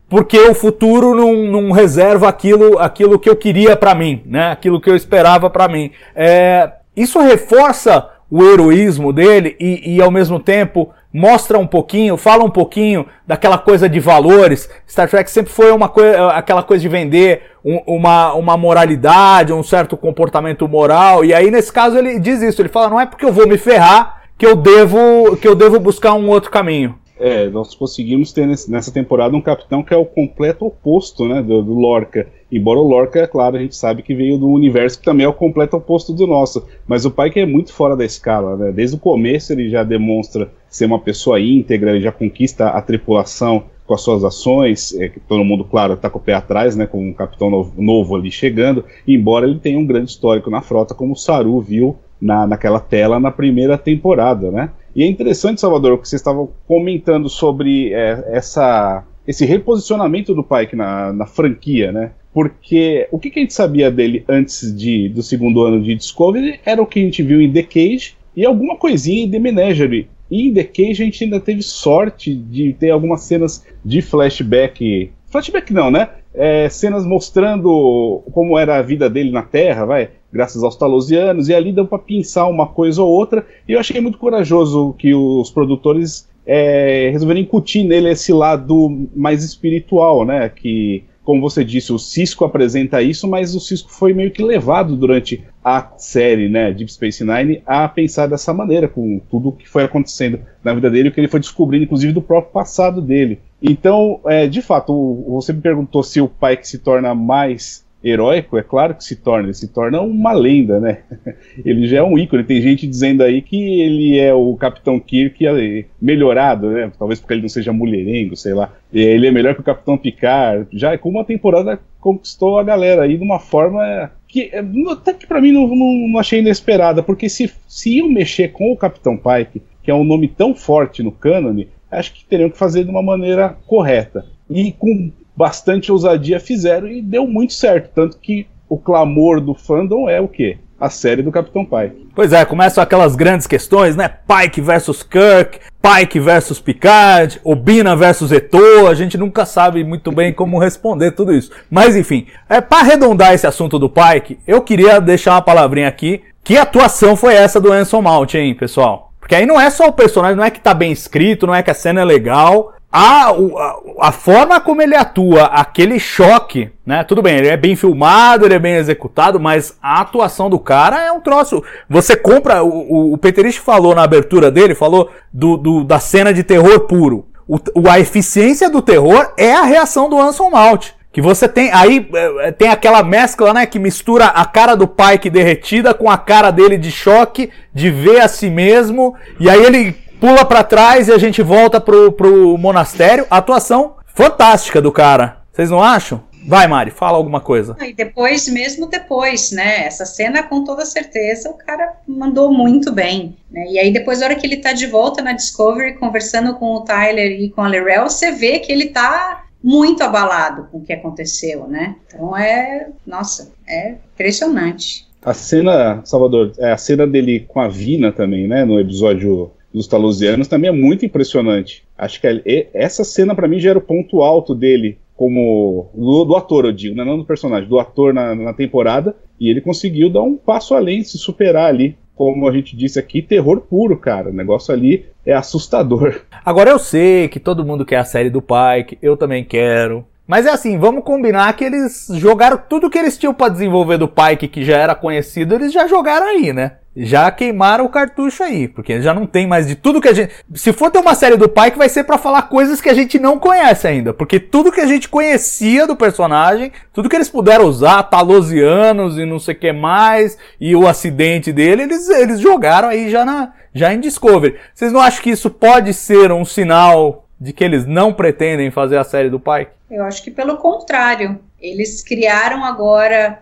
porque o futuro não, não reserva aquilo, aquilo que eu queria pra mim, né? Aquilo que eu esperava pra mim. É, isso reforça o heroísmo dele e, e ao mesmo tempo mostra um pouquinho, fala um pouquinho daquela coisa de valores. Star Trek sempre foi uma coisa, aquela coisa de vender um, uma, uma moralidade, um certo comportamento moral, e aí nesse caso ele diz isso, ele fala, não é porque eu vou me ferrar que eu devo, que eu devo buscar um outro caminho. É, nós conseguimos ter nessa temporada um capitão que é o completo oposto, né, do, do Lorca. Embora o Lorca, é claro, a gente sabe que veio do universo que também é o completo oposto do nosso. Mas o Pike é muito fora da escala, né? Desde o começo ele já demonstra ser uma pessoa íntegra, ele já conquista a tripulação com as suas ações, é, que todo mundo, claro, está com o pé atrás, né, com um capitão novo, novo ali chegando, embora ele tenha um grande histórico na frota, como o Saru viu na, naquela tela na primeira temporada, né? E é interessante, Salvador, o que vocês estavam comentando sobre é, essa, esse reposicionamento do Pike na, na franquia, né? Porque o que, que a gente sabia dele antes de, do segundo ano de Discovery era o que a gente viu em The Cage e alguma coisinha em The Menagerie. E em The Cage a gente ainda teve sorte de ter algumas cenas de flashback. Flashback não, né? É, cenas mostrando como era a vida dele na Terra, vai, graças aos Talosianos, e ali deu pra pensar uma coisa ou outra, e eu achei muito corajoso que os produtores é, resolveram incutir nele esse lado mais espiritual, né, que, como você disse, o Sisko apresenta isso, mas o Sisko foi meio que levado durante a série, né, Deep Space Nine, a pensar dessa maneira, com tudo o que foi acontecendo na vida dele, o que ele foi descobrindo, inclusive, do próprio passado dele. Então, é, de fato, você me perguntou se o Pike se torna mais heróico, é claro que se torna, ele se torna uma lenda, né? Ele já é um ícone, tem gente dizendo aí que ele é o Capitão Kirk melhorado, né? Talvez porque ele não seja mulherengo, sei lá. Ele é melhor que o Capitão Picard, já com uma temporada conquistou a galera aí de uma forma que até que pra mim não, não, não achei inesperada, porque se, se iam mexer com o Capitão Pike, que é um nome tão forte no cânone, acho que teriam que fazer de uma maneira correta. E com bastante ousadia fizeram e deu muito certo. Tanto que o clamor do fandom é o quê? A série do Capitão Pike. Pois é, começam aquelas grandes questões, né? Pike versus Kirk, Pike versus Picard, Obina versus Eto, a gente nunca sabe muito bem como responder tudo isso. Mas enfim, é, para arredondar esse assunto do Pike, eu queria deixar uma palavrinha aqui. Que atuação foi essa do Anson Mount, hein, pessoal? Porque aí não é só o personagem, não é que tá bem escrito, não é que a cena é legal. A, a, a forma como ele atua, aquele choque, né? Tudo bem, ele é bem filmado, ele é bem executado, mas a atuação do cara é um troço. Você compra, o, o Peterich falou na abertura dele, falou do, do, da cena de terror puro. O, a eficiência do terror é a reação do Anson Mount. Que você tem, aí tem aquela mescla, né, que mistura a cara do Pike derretida com a cara dele de choque, de ver a si mesmo, e aí ele pula pra trás e a gente volta pro, pro monastério. Atuação fantástica do cara, vocês não acham? Vai, Mari, fala alguma coisa. E depois, mesmo depois, né, essa cena com toda certeza o cara mandou muito bem, né, e aí depois, na hora que ele tá de volta na Discovery, conversando com o Tyler e com a L'Rell, você vê que ele tá muito abalado com o que aconteceu, né? Então é, nossa, é impressionante. A cena, Salvador, é a cena dele com a Vina também, né? No episódio dos Talosianos também é muito impressionante. Acho que essa cena pra mim já era o ponto alto dele, como do, do ator, eu digo, né? Não do personagem, do ator na, na temporada, e ele conseguiu dar um passo além, se superar ali. Como a gente disse aqui, terror puro, cara. O negócio ali é assustador. Agora eu sei que todo mundo quer a série do Pike, eu também quero. Mas é assim, vamos combinar que eles jogaram tudo que eles tinham pra desenvolver do Pike, que já era conhecido, eles já jogaram aí, né? Já queimaram o cartucho aí, porque já não tem mais de tudo que a gente... Se for ter uma série do Pike, vai ser pra falar coisas que a gente não conhece ainda, porque tudo que a gente conhecia do personagem, tudo que eles puderam usar, Talosianos e não sei o que mais, e o acidente dele, eles, eles jogaram aí já, na, já em Discovery. Vocês não acham que isso pode ser um sinal de que eles não pretendem fazer a série do Pike? Eu acho que pelo contrário. Eles criaram agora...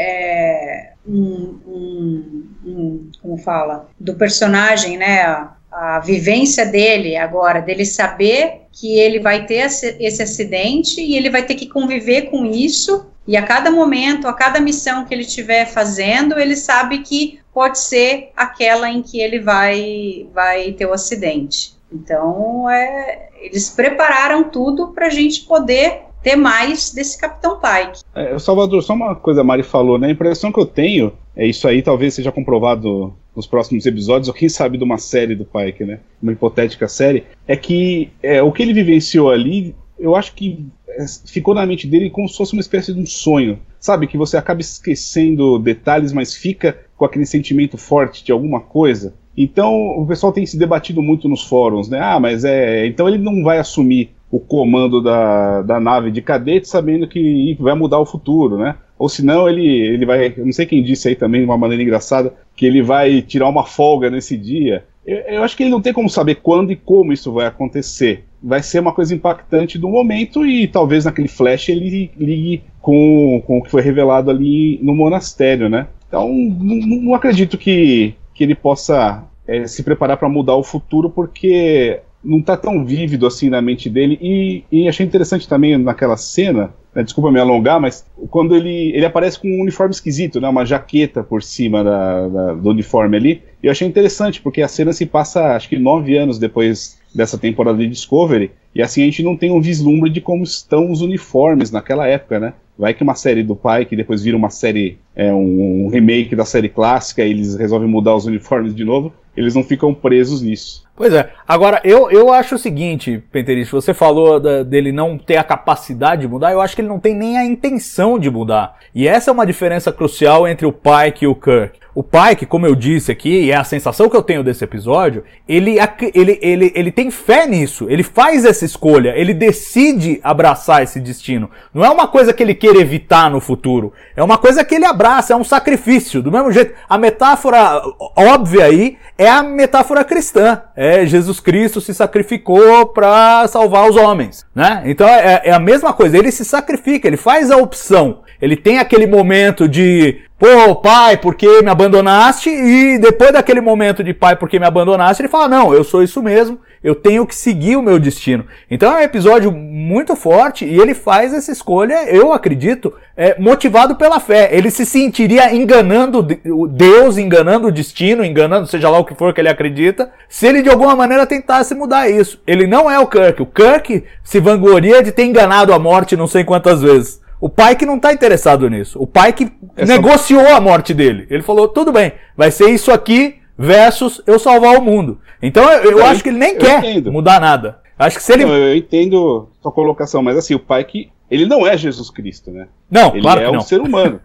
É, um, um, um, como fala, do personagem, né, a, a vivência dele agora, dele saber que ele vai ter esse acidente e ele vai ter que conviver com isso, e a cada momento, a cada missão que ele estiver fazendo, ele sabe que pode ser aquela em que ele vai, vai ter o acidente. Então, é, eles prepararam tudo para a gente poder ter mais desse Capitão Pike. É, Salvador, só uma coisa a Mari falou, né? A impressão que eu tenho, é isso aí talvez seja comprovado nos próximos episódios, ou quem sabe de uma série do Pike, né? Uma hipotética série, é que é, o que ele vivenciou ali, eu acho que é, ficou na mente dele como se fosse uma espécie de um sonho. Sabe, que você acaba esquecendo detalhes, mas fica com aquele sentimento forte de alguma coisa. Então, o pessoal tem se debatido muito nos fóruns, né? Ah, mas é... Então ele não vai assumir o comando da, da nave de cadete sabendo que vai mudar o futuro, né? Ou senão ele, ele vai... Eu não sei quem disse aí também, de uma maneira engraçada, que ele vai tirar uma folga nesse dia. Eu, eu acho que ele não tem como saber quando e como isso vai acontecer. Vai ser uma coisa impactante do momento e talvez naquele flash ele ligue com, com o que foi revelado ali no monastério, né? Então, não, não acredito que, que ele possa é, se preparar para mudar o futuro, porque não está tão vívido assim na mente dele. E, e achei interessante também naquela cena, né, desculpa me alongar, mas quando ele, ele aparece com um uniforme esquisito, né, uma jaqueta por cima da, da, do uniforme ali, e eu achei interessante, porque a cena se passa, acho que nove anos depois dessa temporada de Discovery, e assim a gente não tem um vislumbre de como estão os uniformes naquela época, né? Vai que uma série do Pike depois vira uma série, é, um, um remake da série clássica, e eles resolvem mudar os uniformes de novo, eles não ficam presos nisso. Pois é. Agora, eu, eu acho o seguinte, Penterist, você falou da, dele não ter a capacidade de mudar, eu acho que ele não tem nem a intenção de mudar. E essa é uma diferença crucial entre o Pike e o Kirk. O Pike, como eu disse aqui, e é a sensação que eu tenho desse episódio, ele, ele, ele, ele tem fé nisso, ele faz essa escolha, ele decide abraçar esse destino. Não é uma coisa que ele quer evitar no futuro, é uma coisa que ele abraça, é um sacrifício. Do mesmo jeito, a metáfora óbvia aí é a metáfora cristã. É, Jesus Cristo se sacrificou para salvar os homens, né? Então é, é a mesma coisa, ele se sacrifica, ele faz a opção. Ele tem aquele momento de, pô, pai, por que me abandonaste? E depois daquele momento de, pai, por que me abandonaste? Ele fala, não, eu sou isso mesmo, eu tenho que seguir o meu destino. Então é um episódio muito forte e ele faz essa escolha, eu acredito, é, motivado pela fé. Ele se sentiria enganando Deus, enganando o destino, enganando seja lá o que for que ele acredita, se ele de alguma maneira tentasse mudar isso. Ele não é o Kirk. O Kirk se vangloria de ter enganado a morte não sei quantas vezes. O Pike não tá interessado nisso. O Pike Essa... negociou a morte dele. Ele falou, tudo bem, vai ser isso aqui versus eu salvar o mundo. Então eu, eu, eu acho que ele nem quer entendo. mudar nada. Acho que se ele... Não, eu entendo sua colocação, mas assim, o Pike, ele não é Jesus Cristo, né? Não, ele claro é que não. um ser humano.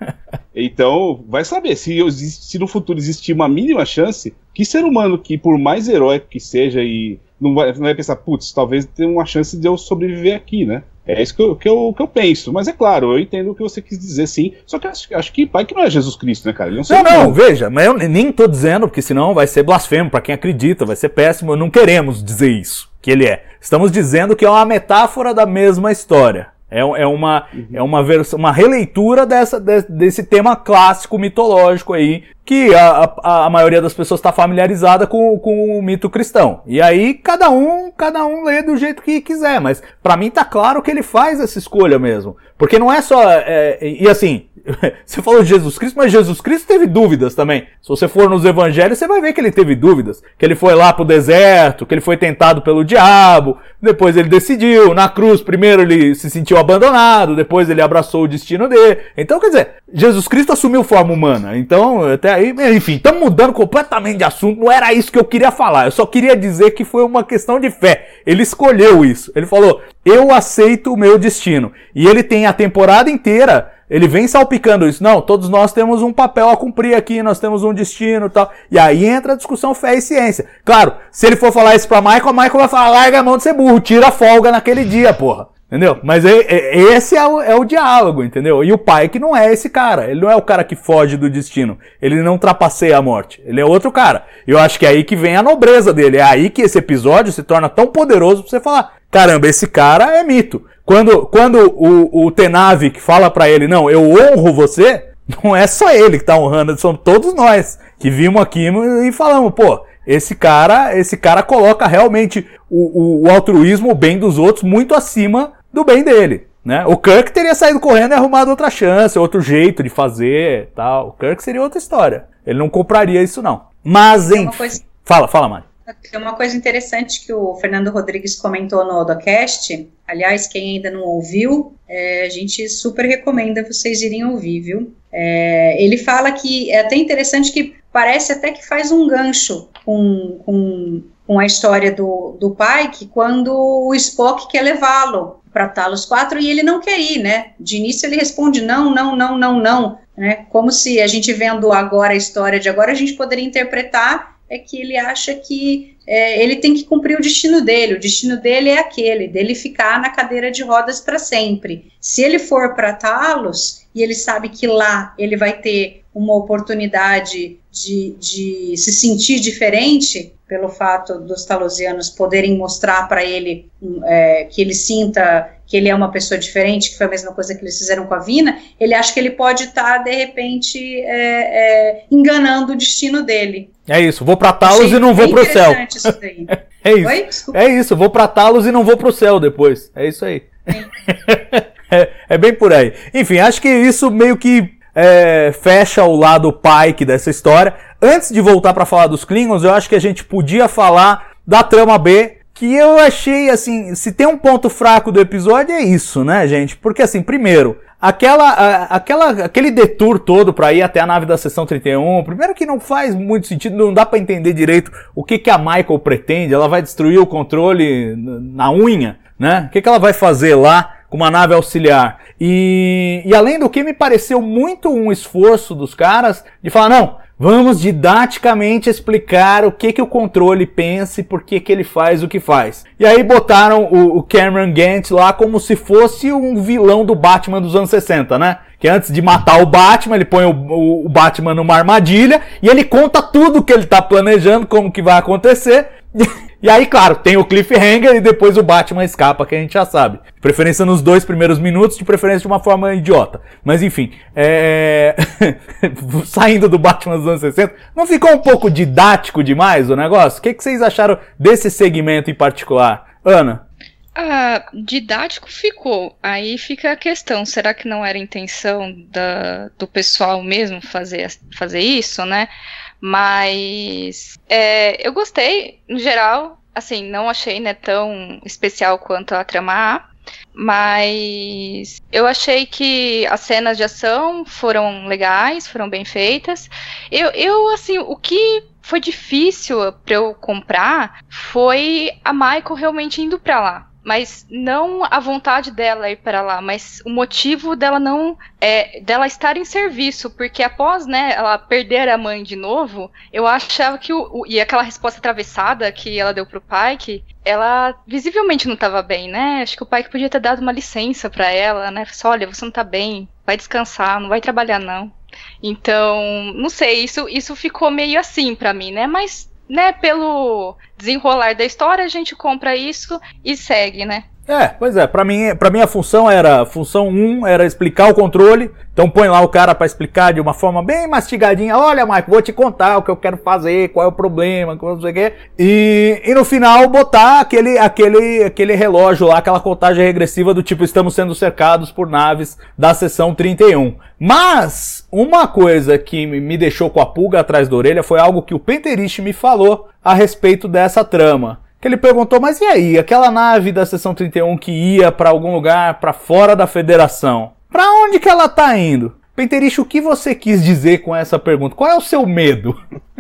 Então, vai saber, se, se no futuro existir uma mínima chance, que ser humano que, por mais heróico que seja, e não vai, não vai pensar, putz, talvez tenha uma chance de eu sobreviver aqui, né? É isso que eu, que, eu, que eu penso. Mas é claro, eu entendo o que você quis dizer, sim. Só que acho, acho que Pike não é Jesus Cristo, né, cara? Ele não, não, não, não, veja, mas eu nem tô dizendo, porque senão vai ser blasfemo pra quem acredita, vai ser péssimo. Não queremos dizer isso, que ele é. Estamos dizendo que é uma metáfora da mesma história. É, é, uma, uhum. é uma, versão, uma releitura dessa, de, desse tema clássico, mitológico aí, que a, a, a maioria das pessoas está familiarizada com, com o mito cristão. E aí cada um, cada um lê do jeito que quiser, mas pra mim tá claro que ele faz essa escolha mesmo. Porque não é só... É, e assim, você falou de Jesus Cristo, mas Jesus Cristo teve dúvidas também. Se você for nos evangelhos, você vai ver que ele teve dúvidas. Que ele foi lá pro deserto, que ele foi tentado pelo diabo, depois ele decidiu. Na cruz, primeiro ele se sentiu abandonado, depois ele abraçou o destino dele. Então, quer dizer, Jesus Cristo assumiu forma humana. Então, até aí, enfim, estamos mudando completamente de assunto. Não era isso que eu queria falar. Eu só queria dizer que foi uma questão de fé. Ele escolheu isso. Ele falou, eu aceito o meu destino. E ele tem a temporada inteira... Ele vem salpicando isso. Não, todos nós temos um papel a cumprir aqui, nós temos um destino e tal. E aí entra a discussão fé e ciência. Claro, se ele for falar isso pra Michael, a Michael vai falar, larga a mão de ser burro, tira a folga naquele dia, porra. Entendeu? Mas é, é, esse é o, é o diálogo, entendeu? E o Pike não é esse cara. Ele não é o cara que foge do destino. Ele não trapaceia a morte. Ele é outro cara. Eu acho que é aí que vem a nobreza dele. É aí que esse episódio se torna tão poderoso pra você falar, caramba, esse cara é mito. Quando, quando o, o Tenavik fala pra ele, não, eu honro você, não é só ele que tá honrando, são todos nós que vimos aqui e falamos, pô, esse cara, esse cara coloca realmente o, o, o altruísmo, o bem dos outros, muito acima do bem dele, né? O Kirk teria saído correndo e arrumado outra chance, outro jeito de fazer, tal. O Kirk seria outra história. Ele não compraria isso, não. Mas, enfim... Coisa... Fala, fala, Mari. Tem uma coisa interessante que o Fernando Rodrigues comentou no Odocast, aliás, quem ainda não ouviu, é, a gente super recomenda vocês irem ouvir, viu? É, ele fala que é até interessante que parece até que faz um gancho com, com, com a história do, do Pike, quando o Spock quer levá-lo para Talos quatro e ele não quer ir, né? De início ele responde não, não, não, não, não, né? Como se a gente vendo agora a história de agora, a gente poderia interpretar é que ele acha que é, ele tem que cumprir o destino dele, o destino dele é aquele, dele ficar na cadeira de rodas para sempre. Se ele for para Talos, e ele sabe que lá ele vai ter uma oportunidade de, de se sentir diferente, pelo fato dos talosianos poderem mostrar para ele é, que ele sinta que ele é uma pessoa diferente, que foi a mesma coisa que eles fizeram com a Vina, ele acha que ele pode estar, tá, de repente, é, é, enganando o destino dele. É isso, vou pra Talos e não vou pro céu. Isso daí. É isso. Oi? É isso, vou pra Talos e não vou pro céu depois. É isso aí. é, é bem por aí. Enfim, acho que isso meio que é, fecha o lado Pike dessa história. Antes de voltar pra falar dos Klingons, eu acho que a gente podia falar da trama B, que eu achei, assim, se tem um ponto fraco do episódio é isso, né, gente? Porque, assim, primeiro, aquela, a, aquela, aquele detour todo pra ir até a nave da Seção trinta e um, primeiro que não faz muito sentido, não dá pra entender direito o que, que a Michael pretende, ela vai destruir o controle na unha, né? O que, que ela vai fazer lá com uma nave auxiliar? E, e além do que, me pareceu muito um esforço dos caras de falar, não, vamos didaticamente explicar o que, que o controle pensa e por que, que ele faz o que faz. E aí botaram o, o Cameron Gant lá como se fosse um vilão do Batman dos anos sessenta, né? Que antes de matar o Batman, ele põe o, o, o Batman numa armadilha e ele conta tudo que ele tá planejando, como que vai acontecer. E aí, claro, tem o cliffhanger e depois o Batman escapa, que a gente já sabe. De preferência nos dois primeiros minutos, de preferência de uma forma idiota. Mas enfim, é... saindo do Batman dos anos sessenta, não ficou um pouco didático demais o negócio? O que, que vocês acharam desse segmento em particular? Ana? Ah, didático ficou. Aí fica a questão, será que não era intenção da, do pessoal mesmo fazer, fazer isso, né? Mas é, eu gostei, no geral, assim, não achei, né, tão especial quanto a trama A, mas eu achei que as cenas de ação foram legais, foram bem feitas. Eu, eu assim, o que foi difícil para eu comprar foi a Michael realmente indo para lá. Mas não a vontade dela ir para lá, mas o motivo dela não é, dela estar em serviço, porque após, né, ela perder a mãe de novo, eu achava que o, o e aquela resposta atravessada que ela deu pro Pike, ela visivelmente não estava bem, né? Acho que o Pike podia ter dado uma licença para ela, né? Só, olha, você não tá bem, vai descansar, não vai trabalhar não. Então, não sei, isso isso ficou meio assim para mim, né? Mas né, pelo desenrolar da história, a gente compra isso e segue, né? É, pois é, pra mim, pra mim a função era, função um era explicar o controle, então põe lá o cara pra explicar de uma forma bem mastigadinha, olha, Mike, vou te contar o que eu quero fazer, qual é o problema, não sei o quê, e, e no final botar aquele, aquele, aquele relógio lá, aquela contagem regressiva do tipo, estamos sendo cercados por naves da Seção trinta e um. Mas, uma coisa que me deixou com a pulga atrás da orelha foi algo que o Penteriche me falou a respeito dessa trama. Que ele perguntou, mas e aí, aquela nave da Seção trinta e um que ia pra algum lugar pra fora da Federação, pra onde que ela tá indo? Penteriche, o que você quis dizer com essa pergunta? Qual é o seu medo?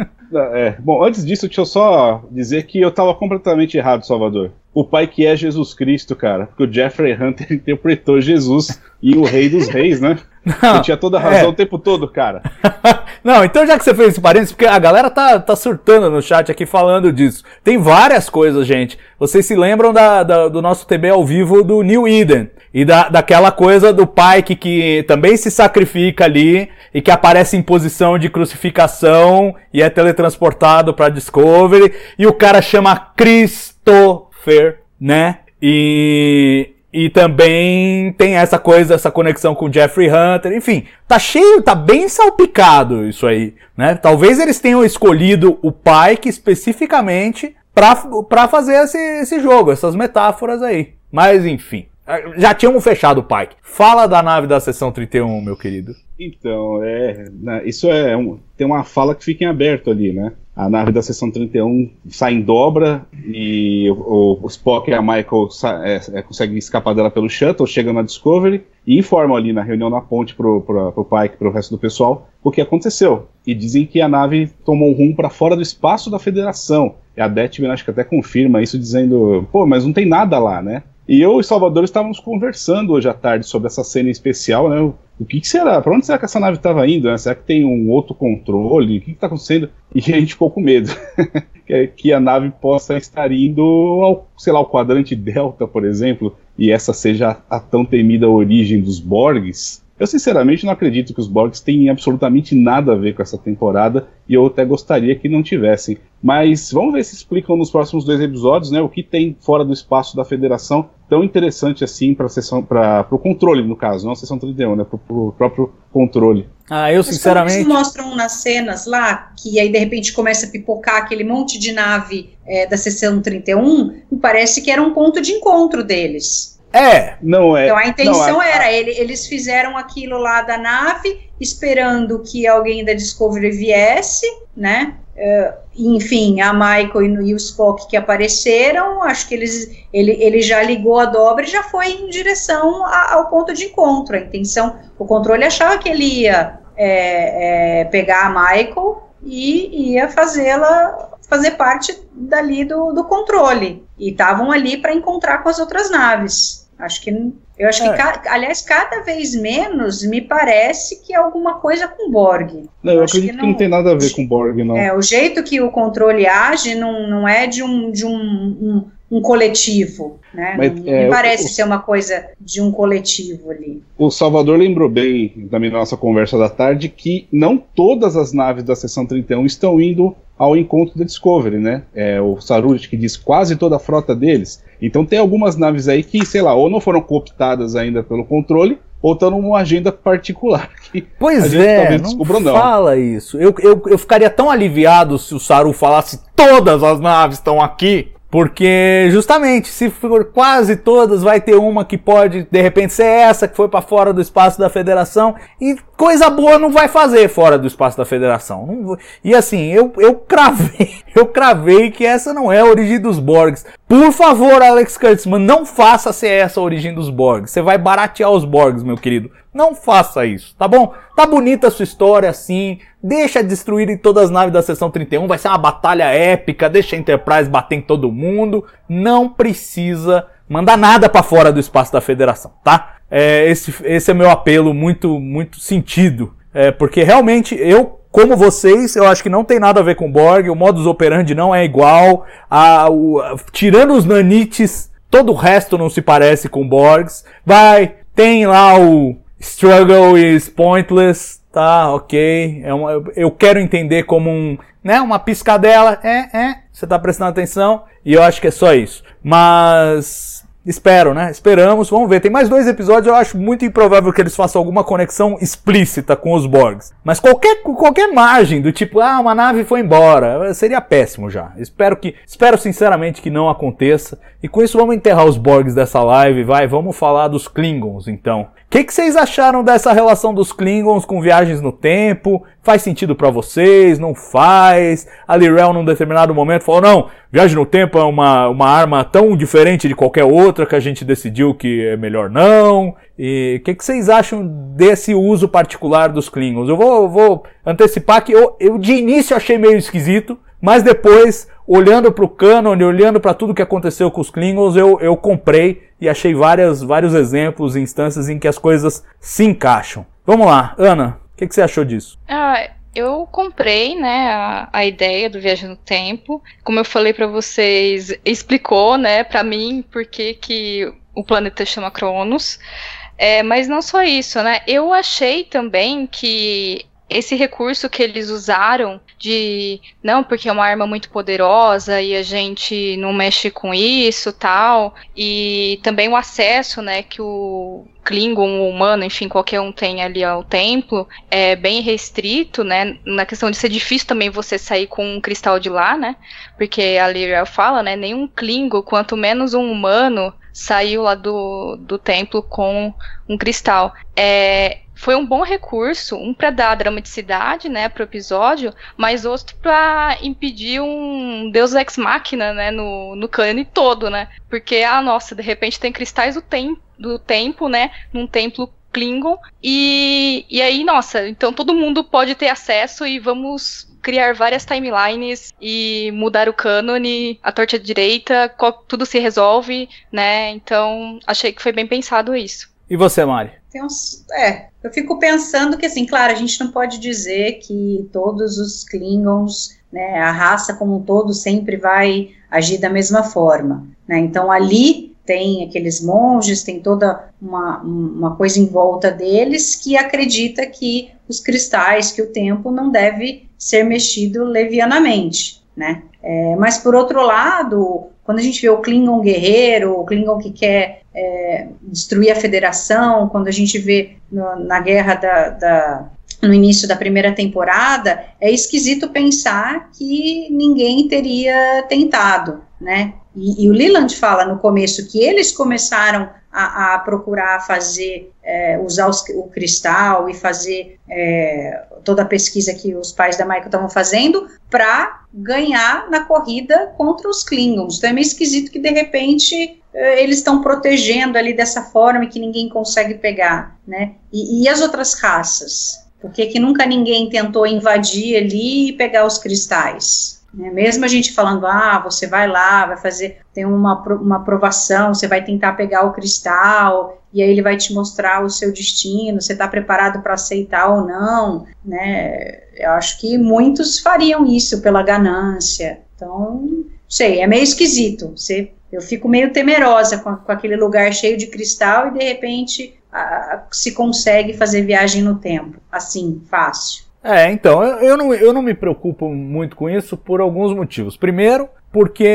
É, bom, antes disso, deixa eu só dizer que eu tava completamente errado, Salvador. O pai que é Jesus Cristo, cara, porque o Jeffrey Hunter interpretou Jesus e o Rei dos Reis, né? Não, eu tinha toda a razão é. o tempo todo, cara. Não, então já que você fez esse parênteses, porque a galera tá, tá surtando no chat aqui falando disso. Tem várias coisas, gente. Vocês se lembram da, da, do nosso T B ao vivo do New Eden. E da, daquela coisa do Pike que também se sacrifica ali e que aparece em posição de crucificação e é teletransportado pra Discovery. E o cara chama Christopher, né? E... E também tem essa coisa, essa conexão com o Jeffrey Hunter, enfim, tá cheio, tá bem salpicado isso aí, né? Talvez eles tenham escolhido o Pike especificamente pra, pra fazer esse, esse jogo, essas metáforas aí. Mas enfim, Já tínhamos fechado o Pike. Fala da nave da seção trinta e um, meu querido. Então, é, isso é um, tem uma fala que fica em aberto ali, né? A nave da seção trinta e um sai em dobra e o, o Spock e a Michael é, é, conseguem escapar dela pelo shuttle, chegam na Discovery e informam ali na reunião na ponte pro, pro, pro Pike e pro resto do pessoal o que aconteceu. E dizem que a nave tomou um rumo para fora do espaço da Federação. E a Detman acho que até confirma isso, dizendo, pô, mas não tem nada lá, né? E eu e Salvador estávamos conversando hoje à tarde sobre essa cena especial, né? O, o que, que será? Para onde será que essa nave estava indo? Né? Será que tem um outro controle? O que está acontecendo? E a gente ficou com medo que a nave possa estar indo ao, sei lá, ao quadrante Delta, por exemplo, e essa seja a, a tão temida origem dos Borgs. Eu sinceramente não acredito que os Borgs tenham absolutamente nada a ver com essa temporada, e eu até gostaria que não tivessem. Mas vamos ver se explicam nos próximos dois episódios, né, o que tem fora do espaço da Federação tão interessante assim para o controle, no caso, não a seção trinta e um, né, para o próprio controle. Ah, eu sinceramente... Eles mostram nas cenas lá, que aí de repente começa a pipocar aquele monte de nave é, da seção trinta e um, me parece que era um ponto de encontro deles. É, não é. Então a intenção não, a, era, ele, eles fizeram aquilo lá da nave, esperando que alguém da Discovery viesse, né? Uh, enfim, a Michael e o Spock que apareceram, acho que eles, ele, ele já ligou a dobra e já foi em direção a, ao ponto de encontro. A intenção, o controle achava que ele ia é, é, pegar a Michael e ia fazê-la fazer parte dali do, do controle. E estavam ali para encontrar com as outras naves. Acho que, eu acho é. que, aliás, cada vez menos me parece que é alguma coisa com Borg. Não, eu, eu acredito que não, que não tem nada a ver com Borg, não. É, o jeito que o controle age não, não é de um, de um, um, um coletivo, né? Mas, não, é, me parece o, ser uma coisa de um coletivo ali. O Salvador lembrou bem, também na nossa conversa da tarde, que não todas as naves da seção trinta e um estão indo ao encontro da Discovery, né? É, o Saruji que diz quase toda a frota deles. Então tem algumas naves aí que, sei lá, ou não foram cooptadas ainda pelo controle, ou estão numa agenda particular. Que pois a gente é, talvez não descubra, não fala isso. Eu, eu, eu ficaria tão aliviado se o Saru falasse todas as naves estão aqui. Porque, justamente, se for quase todas, vai ter uma que pode, de repente, ser essa, que foi para fora do espaço da Federação, e coisa boa não vai fazer fora do espaço da Federação. Não, e assim, eu, eu cravei, eu cravei que essa não é a origem dos Borgs. Por favor, Alex Kurtzman, não faça ser essa a origem dos Borgs. Você vai baratear os Borgs, meu querido. Não faça isso, tá bom? Tá bonita a sua história assim, deixa destruir em todas as naves da seção trinta e um, vai ser uma batalha épica, deixa a Enterprise bater em todo mundo, não precisa mandar nada pra fora do espaço da Federação, tá? É, esse, esse é meu apelo muito, muito sentido, é, porque realmente eu, como vocês, eu acho que não tem nada a ver com Borg, o modus operandi não é igual, a, o, a, tirando os nanites, todo o resto não se parece com Borgs, vai, tem lá o Struggle is pointless, tá, ok, é uma, eu quero entender como um, né, uma piscadela, é, é, você tá prestando atenção, e eu acho que é só isso, mas espero, né, esperamos, vamos ver, tem mais dois episódios, eu acho muito improvável que eles façam alguma conexão explícita com os Borgs, mas qualquer, qualquer margem do tipo, ah, uma nave foi embora, seria péssimo já, espero que, espero sinceramente que não aconteça, e com isso vamos enterrar os Borgs dessa live, vai, vamos falar dos Klingons então. O que, que vocês acharam dessa relação dos Klingons com viagens no tempo? Faz sentido pra vocês? Não faz? A Lirel, num determinado momento, falou, não, viagem no tempo é uma, uma arma tão diferente de qualquer outra que a gente decidiu que é melhor não. E o que, que vocês acham desse uso particular dos Klingons? Eu vou, vou antecipar que eu, eu de início achei meio esquisito, mas depois, olhando pro canon, olhando para tudo que aconteceu com os Klingons, eu, eu comprei e achei várias, vários exemplos e instâncias em que as coisas se encaixam. Vamos lá, Ana, o que, que você achou disso? Ah, eu comprei, né, a, a ideia do Viagem no Tempo. Como eu falei pra vocês, explicou, né, pra mim por que que o planeta chama Cronos. É, mas não só isso, né, eu achei também que esse recurso que eles usaram de, não, porque é uma arma muito poderosa e a gente não mexe com isso, tal, e também o acesso, né, que o Klingon, o humano, enfim, qualquer um tem ali ao templo, é bem restrito, né, na questão de ser difícil também você sair com um cristal de lá, né, porque a Lirel fala, né, nenhum Klingon, quanto menos um humano, saiu lá do, do templo com um cristal. É, foi um bom recurso, um para dar dramaticidade, né, pro episódio, mas outro para impedir um Deus Ex Machina, né, no, no cânone todo, né, porque, ah, nossa, de repente tem cristais do, tem, do tempo, né, num templo Klingon, e, e aí, nossa, então todo mundo pode ter acesso e vamos criar várias timelines e mudar o cânone, a torta direita, qual, tudo se resolve, né, então achei que foi bem pensado isso. E você, Mari? Tem uns, é, eu fico pensando que, assim, claro, a gente não pode dizer que todos os Klingons, né, a raça como um todo sempre vai agir da mesma forma, né, então ali tem aqueles monges, tem toda uma, uma coisa em volta deles que acredita que os cristais, que o tempo não deve ser mexido levianamente, né, é, mas por outro lado, quando a gente vê o Klingon guerreiro, o Klingon que quer é, destruir a Federação, quando a gente vê no, na guerra da, da, no início da primeira temporada, é esquisito pensar que ninguém teria tentado, né? E, e o Leland fala no começo que eles começaram a, a procurar fazer, é, usar os, o cristal e fazer é, toda a pesquisa que os pais da Michael estavam fazendo para ganhar na corrida contra os Klingons. Então é meio esquisito que de repente eles estão protegendo ali dessa forma e que ninguém consegue pegar, né? E, e as outras raças? Por que que nunca ninguém tentou invadir ali e pegar os cristais? Né? Mesmo a gente falando, ah, você vai lá, vai fazer, tem uma, uma aprovação, você vai tentar pegar o cristal, e aí ele vai te mostrar o seu destino, você está preparado para aceitar ou não, né? Eu acho que muitos fariam isso pela ganância, então, não sei, é meio esquisito, você, eu fico meio temerosa com, com aquele lugar cheio de cristal e de repente a, se consegue fazer viagem no tempo, assim, fácil. É, então, eu, eu, não, eu não me preocupo muito com isso por alguns motivos. Primeiro, porque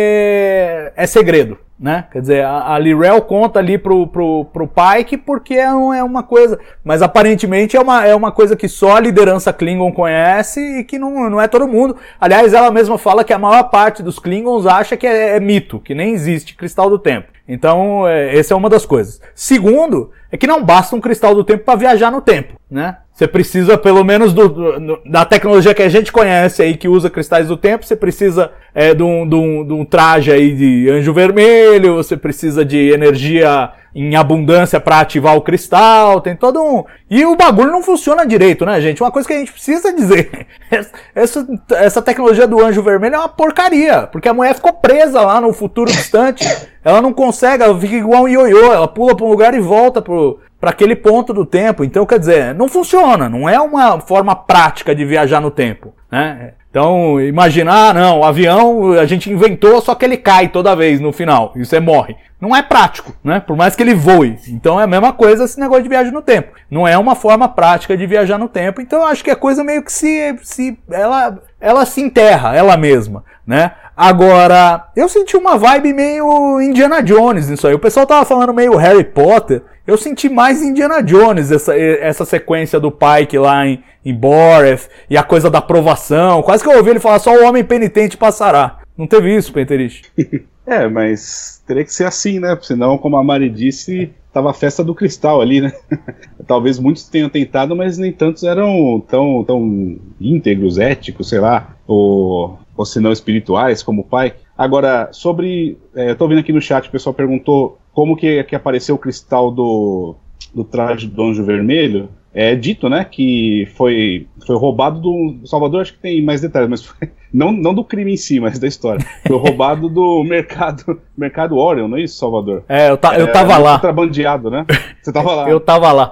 é segredo, né? Quer dizer, a, a Lirel conta ali pro, pro, pro Pike porque é, um, é uma coisa... Mas aparentemente é uma, é uma coisa que só a liderança Klingon conhece e que não, não é todo mundo. Aliás, ela mesma fala que a maior parte dos Klingons acha que é, é mito, que nem existe Cristal do Tempo. Então, é, essa é uma das coisas. Segundo, é que não basta um Cristal do Tempo para viajar no tempo, né? Você precisa, pelo menos, do, do, da tecnologia que a gente conhece aí, que usa cristais do tempo, você precisa é, de, um, de, um, de um traje aí de anjo vermelho, você precisa de energia em abundância para ativar o cristal, tem todo um... E o bagulho não funciona direito, né, gente? Uma coisa que a gente precisa dizer, essa, essa tecnologia do anjo vermelho é uma porcaria, porque a mulher ficou presa lá no futuro distante, ela não consegue, ela fica igual um ioiô, ela pula para um lugar e volta pro... para aquele ponto do tempo. Então, quer dizer, não funciona, não é uma forma prática de viajar no tempo, né? Então, imaginar, não, o avião a gente inventou, só que ele cai toda vez no final, e você morre. Não é prático, né? Por mais que ele voe. Então é a mesma coisa esse negócio de viagem no tempo. Não é uma forma prática de viajar no tempo, então eu acho que a coisa meio que se... se ela, ela se enterra, ela mesma, né? Agora, eu senti uma vibe meio Indiana Jones nisso aí. O pessoal tava falando meio Harry Potter. Eu senti mais Indiana Jones, essa, essa sequência do Pike lá em, em Boreth, e a coisa da aprovação. Quase que eu ouvi ele falar, só o homem penitente passará. Não teve isso, Penterich? É, mas teria que ser assim, né? Senão, como a Mari disse, tava a festa do cristal ali, né? Talvez muitos tenham tentado, mas nem tantos eram tão, tão íntegros, éticos, sei lá, ou, ou se não espirituais, como o pai. Agora, sobre... É, eu tô vendo aqui no chat, o pessoal perguntou como que, que apareceu o cristal do, do traje do Anjo Vermelho. É dito, né, que foi, foi roubado do... Salvador acho que tem mais detalhes, mas foi, não, não do crime em si, mas da história. Foi roubado do mercado, mercado Orion, não é isso, Salvador? É, eu, ta, eu é, tava lá. Contrabandeado, né? Você tava lá. Eu tava lá.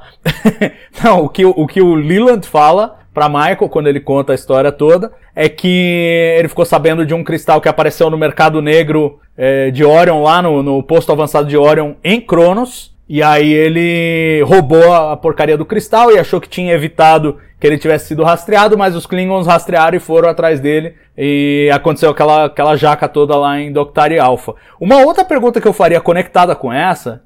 Não, o que, o que o Leland fala pra Michael, quando ele conta a história toda, é que ele ficou sabendo de um cristal que apareceu no mercado negro é, de Orion, lá no, no posto avançado de Orion, em Cronos. E aí ele roubou a porcaria do cristal e achou que tinha evitado que ele tivesse sido rastreado, mas os Klingons rastrearam e foram atrás dele, e aconteceu aquela, aquela jaca toda lá em Doctari Alpha. Uma outra pergunta que eu faria conectada com essa,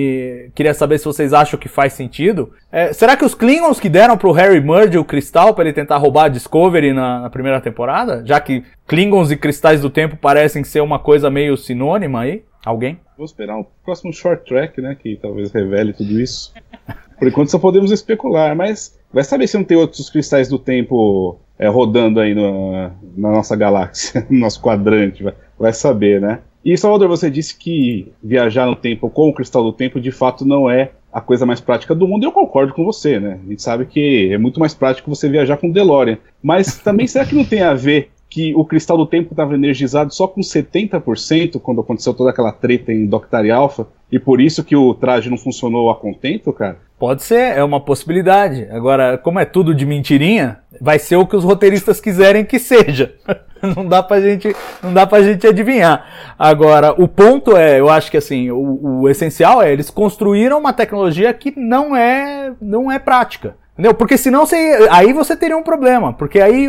e queria saber se vocês acham que faz sentido, é, será que os Klingons que deram pro Harry Mudge o cristal para ele tentar roubar a Discovery na, na primeira temporada? Já que Klingons e cristais do tempo parecem ser uma coisa meio sinônima aí? Alguém? Vou esperar um próximo short track, né, que talvez revele tudo isso. Por enquanto só podemos especular, mas vai saber se não tem outros cristais do tempo é, rodando aí no, na nossa galáxia, no nosso quadrante, vai, vai saber, né? E, Salvador, você disse que viajar no tempo com o cristal do tempo de fato não é a coisa mais prática do mundo, e eu concordo com você, né? A gente sabe que é muito mais prático você viajar com o DeLorean, mas também será que não tem a ver que o cristal do tempo estava energizado só com setenta por cento quando aconteceu toda aquela treta em Doctari Alpha, e por isso que o traje não funcionou a contento, cara? Pode ser, é uma possibilidade. Agora, como é tudo de mentirinha, vai ser o que os roteiristas quiserem que seja. Não dá pra gente, não dá pra gente adivinhar. Agora, o ponto é, eu acho que assim, o, o essencial é, eles construíram uma tecnologia que não é, não é prática. Entendeu? Porque senão você, aí você teria um problema, porque aí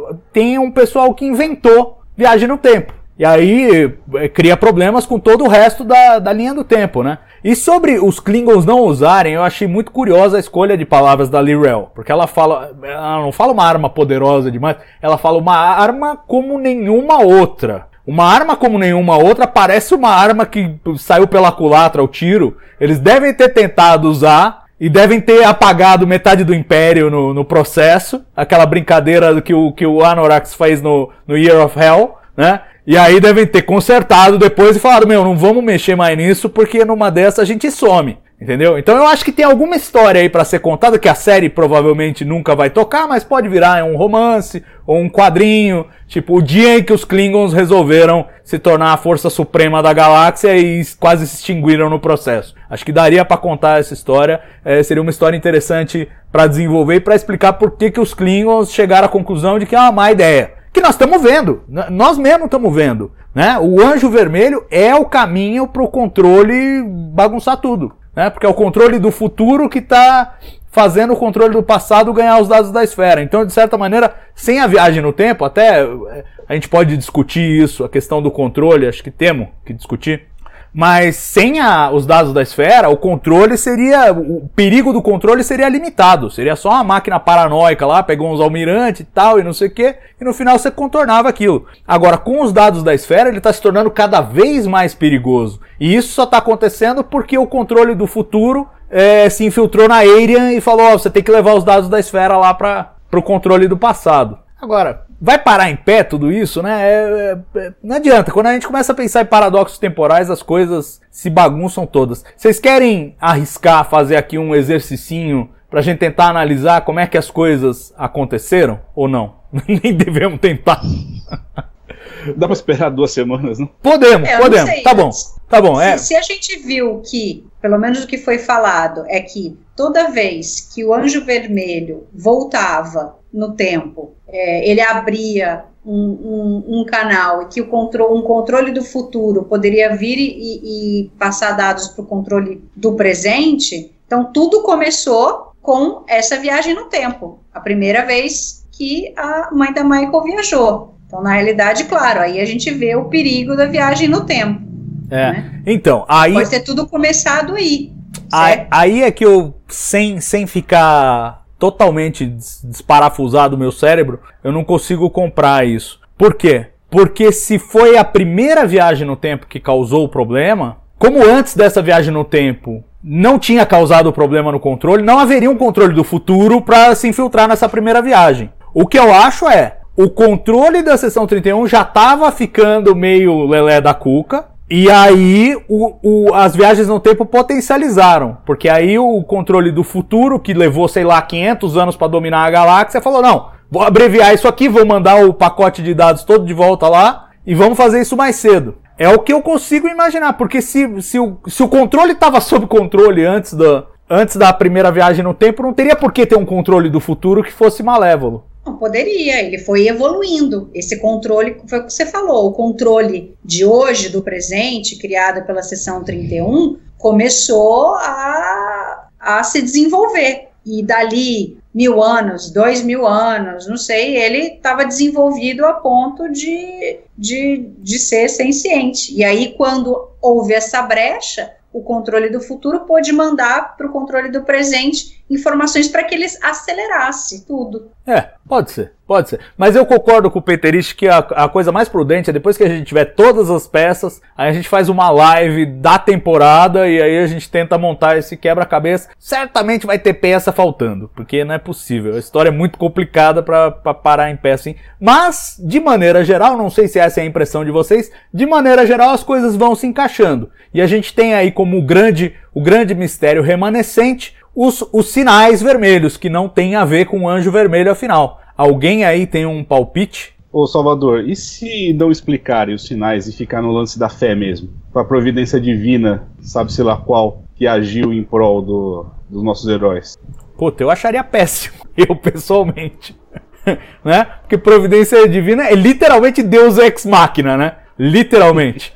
tem um pessoal que inventou viagem no tempo. E aí cria problemas com todo o resto da, da linha do tempo, né? E sobre os Klingons não usarem, eu achei muito curiosa a escolha de palavras da Lirel. Porque ela fala, ela não fala uma arma poderosa demais, ela fala uma arma como nenhuma outra. Uma arma como nenhuma outra parece uma arma que saiu pela culatra ao tiro. Eles devem ter tentado usar e devem ter apagado metade do Império no, no processo. Aquela brincadeira que o, que o Anorax fez no, no Year of Hell, né? E aí devem ter consertado depois e falado, meu, não vamos mexer mais nisso porque numa dessa a gente some, entendeu? Então eu acho que tem alguma história aí pra ser contada que a série provavelmente nunca vai tocar, mas pode virar um romance ou um quadrinho, tipo o dia em que os Klingons resolveram se tornar a força suprema da galáxia e quase se extinguiram no processo. Acho que daria pra contar essa história, é, seria uma história interessante pra desenvolver e pra explicar por que que os Klingons chegaram à conclusão de que é uma má ideia. Que nós estamos vendo, nós mesmos estamos vendo, né? O Anjo Vermelho é o caminho para o controle bagunçar tudo, né? Porque é o controle do futuro que está fazendo o controle do passado ganhar os dados da esfera. Então, de certa maneira, sem a viagem no tempo, até a gente pode discutir isso, a questão do controle, acho que temos que discutir. Mas sem a, os dados da esfera, o controle seria, o perigo do controle seria limitado. Seria só uma máquina paranoica lá, pegou uns almirantes e tal, e não sei o que, e no final você contornava aquilo. Agora, com os dados da esfera, ele está se tornando cada vez mais perigoso. E isso só está acontecendo porque o controle do futuro é, se infiltrou na Arian e falou, ó, você tem que levar os dados da esfera lá para o controle do passado. Agora, vai parar em pé tudo isso, né? É, é, não adianta. Quando a gente começa a pensar em paradoxos temporais, as coisas se bagunçam todas. Vocês querem arriscar fazer aqui um exercicinho pra gente tentar analisar como é que as coisas aconteceram ou não? Nem devemos tentar. Dá pra esperar duas semanas, não? Podemos, é, podemos. Sei, tá bom. Tá bom, se, é. se a gente viu que, pelo menos o que foi falado, é que toda vez que o Anjo Vermelho voltava no tempo, é, ele abria um, um, um canal e que o controle, um controle do futuro poderia vir e, e passar dados para o controle do presente, então tudo começou com essa viagem no tempo, a primeira vez que a mãe da Michael viajou. Então, na realidade, claro, aí a gente vê o perigo da viagem no tempo. É, né? Então, aí... Pode ter tudo começado aí. Aí, aí é que eu, sem, sem ficar totalmente desparafusado o meu cérebro, eu não consigo comprar isso. Por quê? Porque se foi a primeira viagem no tempo que causou o problema, como antes dessa viagem no tempo não tinha causado o problema no controle, não haveria um controle do futuro para se infiltrar nessa primeira viagem. O que eu acho é, o controle da seção trinta e um já estava ficando meio lelé da cuca, e aí o, o, as viagens no tempo potencializaram, porque aí o controle do futuro, que levou, sei lá, quinhentos anos para dominar a galáxia, falou, não, vou abreviar isso aqui, vou mandar o pacote de dados todo de volta lá, e vamos fazer isso mais cedo. É o que eu consigo imaginar, porque se, se, o, se o controle estava sob controle antes da, antes da primeira viagem no tempo, não teria por que ter um controle do futuro que fosse malévolo. Não poderia, ele foi evoluindo. Esse controle, foi o que você falou, o controle de hoje, do presente, criado pela seção trinta e um, começou a, a se desenvolver. E dali mil anos, dois mil anos, não sei, ele estava desenvolvido a ponto de, de, de ser senciente. E aí, quando houve essa brecha, o controle do futuro pôde mandar para o controle do presente informações para que eles acelerasse tudo. É, pode ser, pode ser. Mas eu concordo com o Peterich que a, a coisa mais prudente é depois que a gente tiver todas as peças, aí a gente faz uma live da temporada e aí a gente tenta montar esse quebra-cabeça. Certamente vai ter peça faltando, porque não é possível. A história é muito complicada pra, pra parar em pé assim. Mas, de maneira geral, não sei se essa é a impressão de vocês, de maneira geral as coisas vão se encaixando. E a gente tem aí como o grande, o grande mistério remanescente Os, os sinais vermelhos, que não tem a ver com o anjo vermelho afinal. Alguém aí tem um palpite? Ô Salvador, e se não explicarem os sinais e ficar no lance da fé mesmo? Com a providência divina, sabe-se lá qual, que agiu em prol do, dos nossos heróis? Puta, eu acharia péssimo, eu pessoalmente. Né? Porque providência divina é literalmente Deus ex machina, né? Literalmente.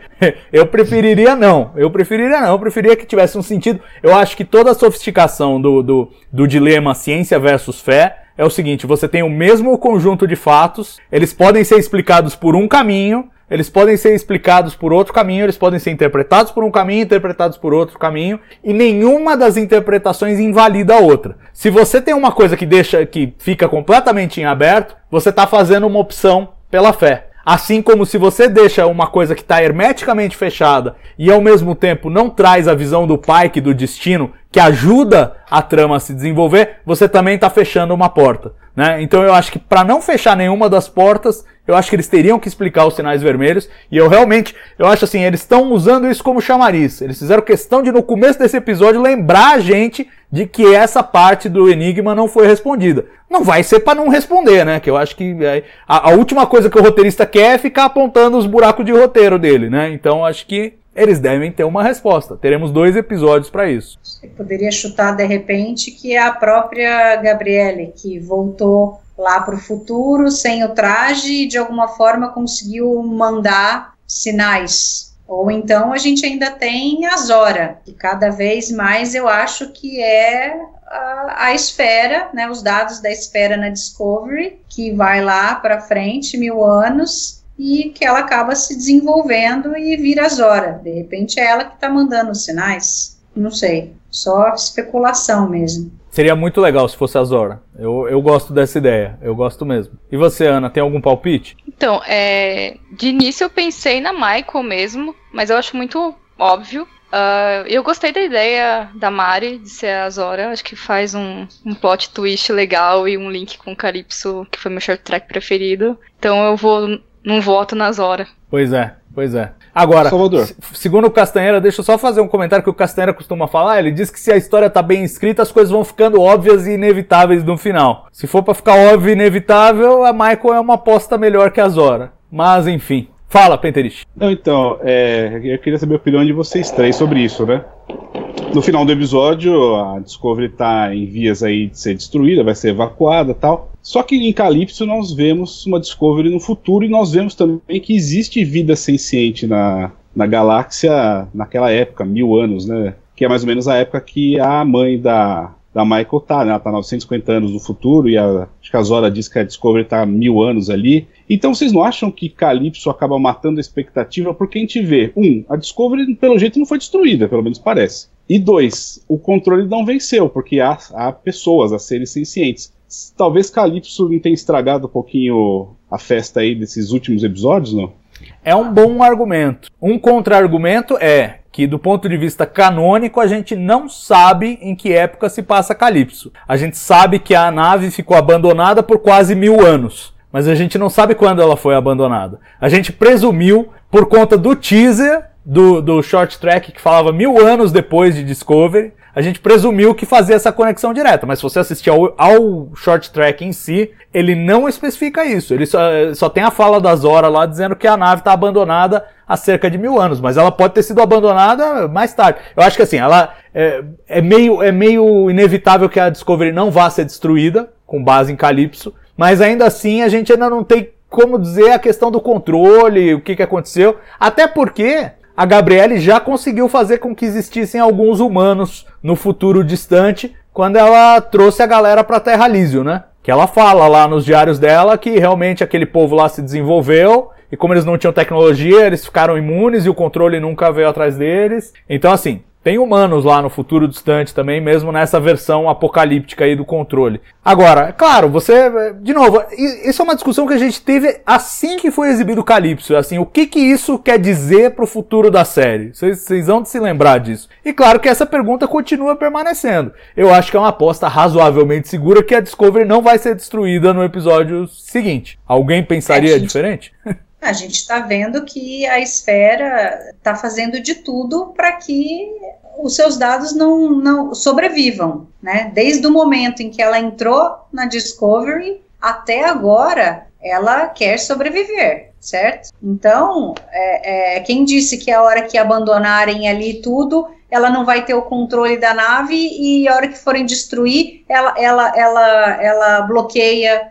Eu preferiria não, eu preferiria não, eu preferiria que tivesse um sentido. Eu acho que toda a sofisticação do, do, do dilema ciência versus fé é o seguinte: você tem o mesmo conjunto de fatos, eles podem ser explicados por um caminho, eles podem ser explicados por outro caminho, eles podem ser interpretados por um caminho, interpretados por outro caminho, e nenhuma das interpretações invalida a outra. Se você tem uma coisa que deixa, que fica completamente em aberto, você está fazendo uma opção pela fé. Assim como se você deixa uma coisa que está hermeticamente fechada e ao mesmo tempo não traz a visão do Pike do destino que ajuda a trama a se desenvolver, você também está fechando uma porta, né? Então eu acho que para não fechar nenhuma das portas, eu acho que eles teriam que explicar os sinais vermelhos, e eu realmente, eu acho assim, eles estão usando isso como chamariz. Eles fizeram questão de, no começo desse episódio, lembrar a gente de que essa parte do enigma não foi respondida. Não vai ser para não responder, né? Que eu acho que a, a última coisa que o roteirista quer é ficar apontando os buracos de roteiro dele, né? Então acho que eles devem ter uma resposta. Teremos dois episódios para isso. Você poderia chutar de repente que é a própria Gabriele que voltou lá para o futuro sem o traje e de alguma forma conseguiu mandar sinais. Ou então a gente ainda tem a Zora, que cada vez mais eu acho que é a, a esfera, né, os dados da esfera na Discovery, que vai lá para frente mil anos e que ela acaba se desenvolvendo e vira a Zora. De repente é ela que está mandando os sinais. Não sei, só especulação mesmo. Seria muito legal se fosse a Zora. Eu, eu gosto dessa ideia, eu gosto mesmo. E você, Ana, tem algum palpite? Então, é, de início eu pensei na Michael mesmo, mas eu acho muito óbvio. Uh, eu gostei da ideia da Mari de ser a Zora, acho que faz um, um plot twist legal e um link com o Calypso, que foi meu short track preferido. Então eu vou num voto na Zora. Pois é, pois é. Agora, se, segundo o Castanheira, deixa eu só fazer um comentário que o Castanheira costuma falar. Ele diz que se a história tá bem escrita, as coisas vão ficando óbvias e inevitáveis no final. Se for pra ficar óbvio e inevitável, a Michael é uma aposta melhor que a Zora. Mas, enfim. Fala, Penterich. Não, então, é, eu queria saber a opinião de vocês três sobre isso, né? No final do episódio, a Discovery tá em vias aí de ser destruída, vai ser evacuada e tal. Só que em Calypso nós vemos uma Discovery no futuro e nós vemos também que existe vida senciente na, na galáxia naquela época, mil anos, né? Que é mais ou menos a época que a mãe da, da Michael tá, né? Ela tá novecentos e cinquenta anos no futuro e a, acho que a Zora diz que a Discovery tá mil anos ali. Então vocês não acham que Calypso acaba matando a expectativa? Porque a gente vê, um, a Discovery pelo jeito não foi destruída, pelo menos parece. E dois, o controle não venceu, porque há, há pessoas, há seres sencientes. Talvez Calypso não tenha estragado um pouquinho a festa aí desses últimos episódios, não? É um bom argumento. Um contra-argumento é que, do ponto de vista canônico, a gente não sabe em que época se passa Calypso. A gente sabe que a nave ficou abandonada por quase mil anos, mas a gente não sabe quando ela foi abandonada. A gente presumiu, por conta do teaser do, do short track que falava mil anos depois de Discovery, a gente presumiu que fazia essa conexão direta, mas se você assistir ao, ao short track em si, ele não especifica isso. Ele só, só tem a fala da Zora lá dizendo que a nave está abandonada há cerca de mil anos, mas ela pode ter sido abandonada mais tarde. Eu acho que assim, ela é, é, meio, é meio inevitável que a Discovery não vá ser destruída, com base em Calypso, mas ainda assim a gente ainda não tem como dizer a questão do controle, o que, que aconteceu, até porque a Gabriele já conseguiu fazer com que existissem alguns humanos no futuro distante, quando ela trouxe a galera pra Terra Lísio, né? Que ela fala lá nos diários dela que realmente aquele povo lá se desenvolveu, e como eles não tinham tecnologia, eles ficaram imunes e o controle nunca veio atrás deles. Então assim, tem humanos lá no futuro distante também, mesmo nessa versão apocalíptica aí do controle. Agora, claro, você, de novo, isso é uma discussão que a gente teve assim que foi exibido o Calypso, assim, o que que isso quer dizer pro futuro da série? Vocês vão se lembrar disso. E claro que essa pergunta continua permanecendo. Eu acho que é uma aposta razoavelmente segura que a Discovery não vai ser destruída no episódio seguinte. Alguém pensaria é, gente... diferente? A gente está vendo que a Esfera está fazendo de tudo para que os seus dados não, não sobrevivam, né? Desde o momento em que ela entrou na Discovery até agora, ela quer sobreviver, certo? Então, é, é, quem disse que a hora que abandonarem ali tudo, ela não vai ter o controle da nave e a hora que forem destruir, ela, ela, ela, ela bloqueia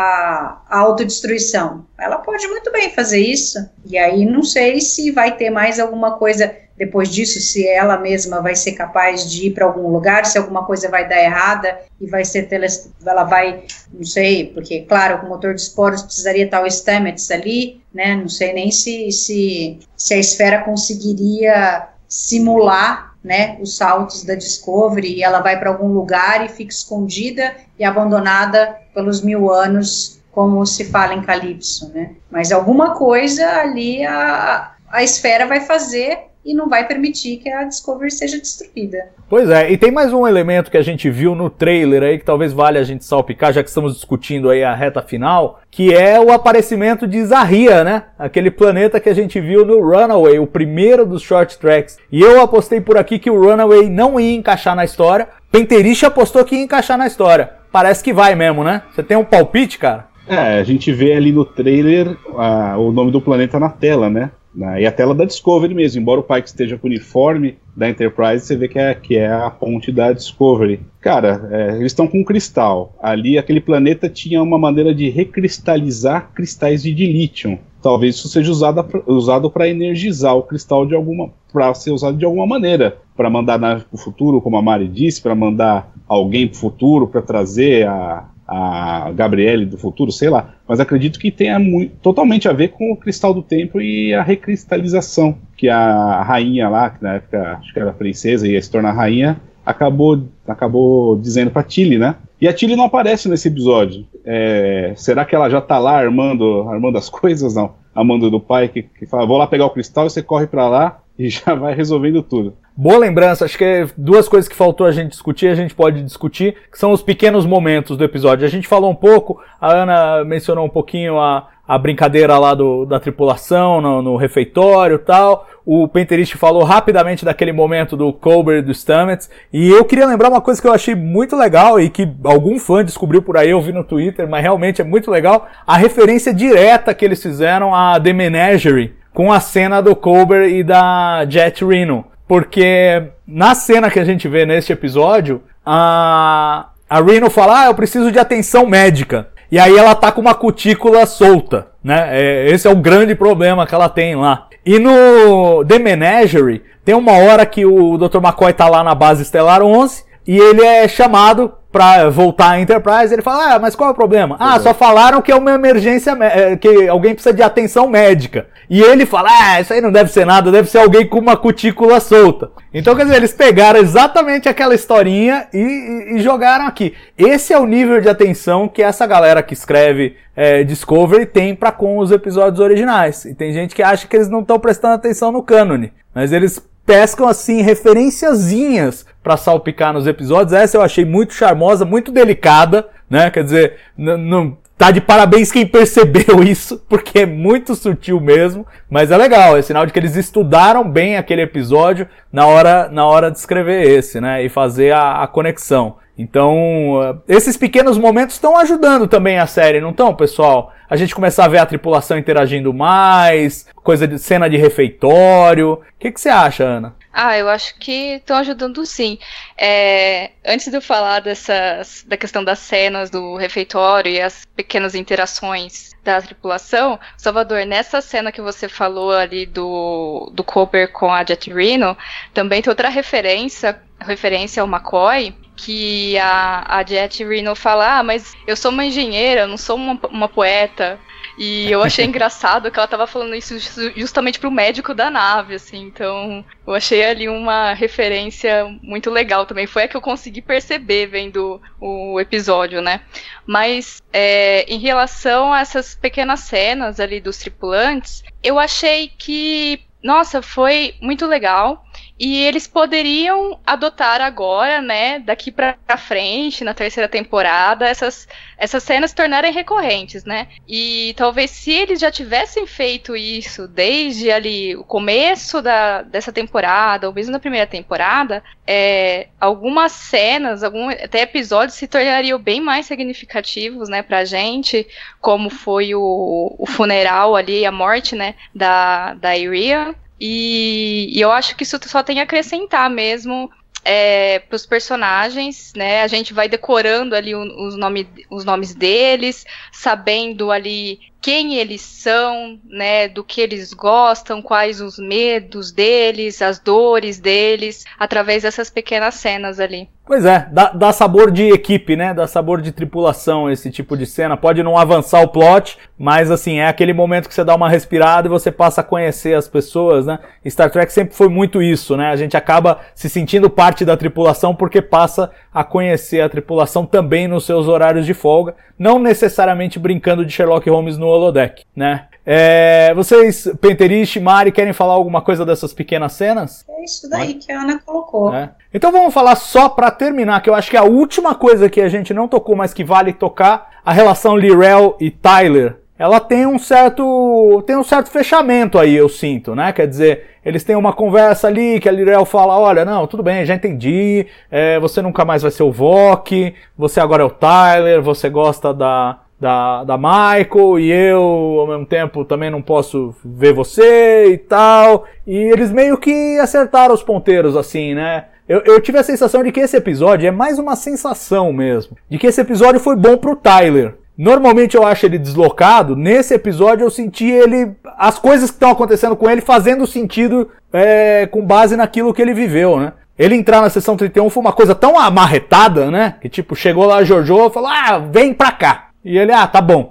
a, a autodestruição. Ela pode muito bem fazer isso. E aí não sei se vai ter mais alguma coisa depois disso, se ela mesma vai ser capaz de ir para algum lugar, se alguma coisa vai dar errada e vai ser tele, ela vai, não sei, porque claro, com o motor de esporos precisaria estar o Stamets ali, né? Não sei nem se, se, se a Esfera conseguiria simular, né, os saltos da Discovery e ela vai para algum lugar e fica escondida e abandonada pelos mil anos, como se fala em Calypso, né? Mas alguma coisa ali a, a Esfera vai fazer e não vai permitir que a Discovery seja destruída. Pois é, e tem mais um elemento que a gente viu no trailer aí, que talvez valha a gente salpicar, já que estamos discutindo aí a reta final, que é o aparecimento de Zarria, né? Aquele planeta que a gente viu no Runaway, o primeiro dos short tracks. E eu apostei por aqui que o Runaway não ia encaixar na história. Penteriche apostou que ia encaixar na história. Parece que vai mesmo, né? Você tem um palpite, cara? É, a gente vê ali no trailer a, o nome do planeta na tela, né? Na, e a tela da Discovery mesmo, embora o Pike esteja com o uniforme da Enterprise, você vê que é, que é a ponte da Discovery. Cara, é, eles estão com um cristal. Ali, aquele planeta tinha uma maneira de recristalizar cristais de dilítio. Talvez isso seja usado, usado para energizar o cristal de alguma, para ser usado de alguma maneira, para mandar nave para o futuro, como a Mari disse, para mandar alguém para o futuro, para trazer a a Gabriele do futuro, sei lá, mas acredito que tenha muito, totalmente a ver com o cristal do tempo e a recristalização, que a rainha lá, que na época acho que era princesa e ia se tornar rainha, acabou, acabou dizendo pra Tilly, né? E a Tilly não aparece nesse episódio. É, será que ela já tá lá armando, armando as coisas? Não. A mando do pai que, que fala, vou lá pegar o cristal e você corre pra lá e já vai resolvendo tudo. Boa lembrança, acho que duas coisas que faltou a gente discutir, a gente pode discutir, que são os pequenos momentos do episódio. A gente falou um pouco, a Ana mencionou um pouquinho a, a brincadeira lá do, da tripulação no, no refeitório e tal. O Penteriche falou rapidamente daquele momento do Culber e do Stamets. E eu queria lembrar uma coisa que eu achei muito legal e que algum fã descobriu por aí, eu vi no Twitter, mas realmente é muito legal, a referência direta que eles fizeram a The Menagerie com a cena do Culber e da Jet Reno. Porque na cena que a gente vê neste episódio, a, a Reno fala, ah, eu preciso de atenção médica. E aí ela tá com uma cutícula solta, né? É, esse é o grande problema que ela tem lá. E no The Menagerie, tem uma hora que o doutor McCoy tá lá na base Estelar onze, e ele é chamado pra voltar à Enterprise, ele fala, ah, mas qual é o problema? Ah, é. Só falaram que é uma emergência, que alguém precisa de atenção médica. E ele fala, ah, isso aí não deve ser nada, deve ser alguém com uma cutícula solta. Então, quer dizer, eles pegaram exatamente aquela historinha e, e, e jogaram aqui. Esse é o nível de atenção que essa galera que escreve é, Discovery tem pra com os episódios originais. E tem gente que acha que eles não estão prestando atenção no cânone, mas eles pescam, assim, referenciazinhas pra salpicar nos episódios. Essa eu achei muito charmosa, muito delicada, né? Quer dizer, não tá de parabéns quem percebeu isso, porque é muito sutil mesmo, mas é legal, é sinal de que eles estudaram bem aquele episódio na hora, na hora de escrever esse, né? E fazer a, a conexão. Então, esses pequenos momentos estão ajudando também a série, não estão, pessoal? A gente começar a ver a tripulação interagindo mais, coisa de cena de refeitório. O que, que você acha, Ana? Ah, eu acho que estão ajudando sim. É, antes de eu falar dessas, da questão das cenas do refeitório e as pequenas interações da tripulação, Salvador, nessa cena que você falou ali do, do Culber com a Jet Reno, também tem outra referência, referência ao McCoy, que a, a Jet Reno fala, ah, mas eu sou uma engenheira, eu não sou uma, uma poeta. E eu achei engraçado que ela tava falando isso justamente pro médico da nave, assim, então eu achei ali uma referência muito legal também, foi a que eu consegui perceber vendo o episódio, né? Mas é, em relação a essas pequenas cenas ali dos tripulantes, eu achei que, nossa, foi muito legal. E eles poderiam adotar agora, né, daqui pra frente, na terceira temporada, essas, essas cenas se tornarem recorrentes, né? E talvez se eles já tivessem feito isso desde ali o começo da, dessa temporada, ou mesmo na primeira temporada, é, algumas cenas, algum, até episódios se tornariam bem mais significativos, né, pra gente, como foi o, o funeral ali, a morte, né, da, da Iria. E, e eu acho que isso só tem a acrescentar mesmo é, para os personagens, né? A gente vai decorando ali os, nome, os nomes deles, sabendo ali quem eles são, né? Do que eles gostam, quais os medos deles, as dores deles, através dessas pequenas cenas ali. Pois é, dá, dá sabor de equipe, né? Dá sabor de tripulação esse tipo de cena. Pode não avançar o plot, mas assim, é aquele momento que você dá uma respirada e você passa a conhecer as pessoas, né? Star Trek sempre foi muito isso, né? A gente acaba se sentindo parte da tripulação porque passa a conhecer a tripulação também nos seus horários de folga, não necessariamente brincando de Sherlock Holmes no holodeck, né? É, vocês, Penteriche, Mari, querem falar alguma coisa dessas pequenas cenas? É isso daí que a Ana colocou. É. Então vamos falar só pra terminar, que eu acho que a última coisa que a gente não tocou, mas que vale tocar, a relação L'Rell e Tyler, ela tem um certo tem um certo fechamento aí, eu sinto, né? Quer dizer, eles têm uma conversa ali que a L'Rell fala, olha, não, tudo bem, já entendi, é, você nunca mais vai ser o Vok, você agora é o Tyler, você gosta da... Da, da Michael, e eu, ao mesmo tempo, também não posso ver você e tal. E eles meio que acertaram os ponteiros, assim, né? Eu, eu tive a sensação de que esse episódio é mais uma sensação mesmo. De que esse episódio foi bom pro Tyler. Normalmente eu acho ele deslocado. Nesse episódio eu senti ele... As coisas que estão acontecendo com ele fazendo sentido é, com base naquilo que ele viveu, né? Ele entrar na sessão trinta e um foi uma coisa tão amarretada, né? Que tipo, chegou lá a Jojo e falou, ah, vem pra cá. E ele, ah, tá bom.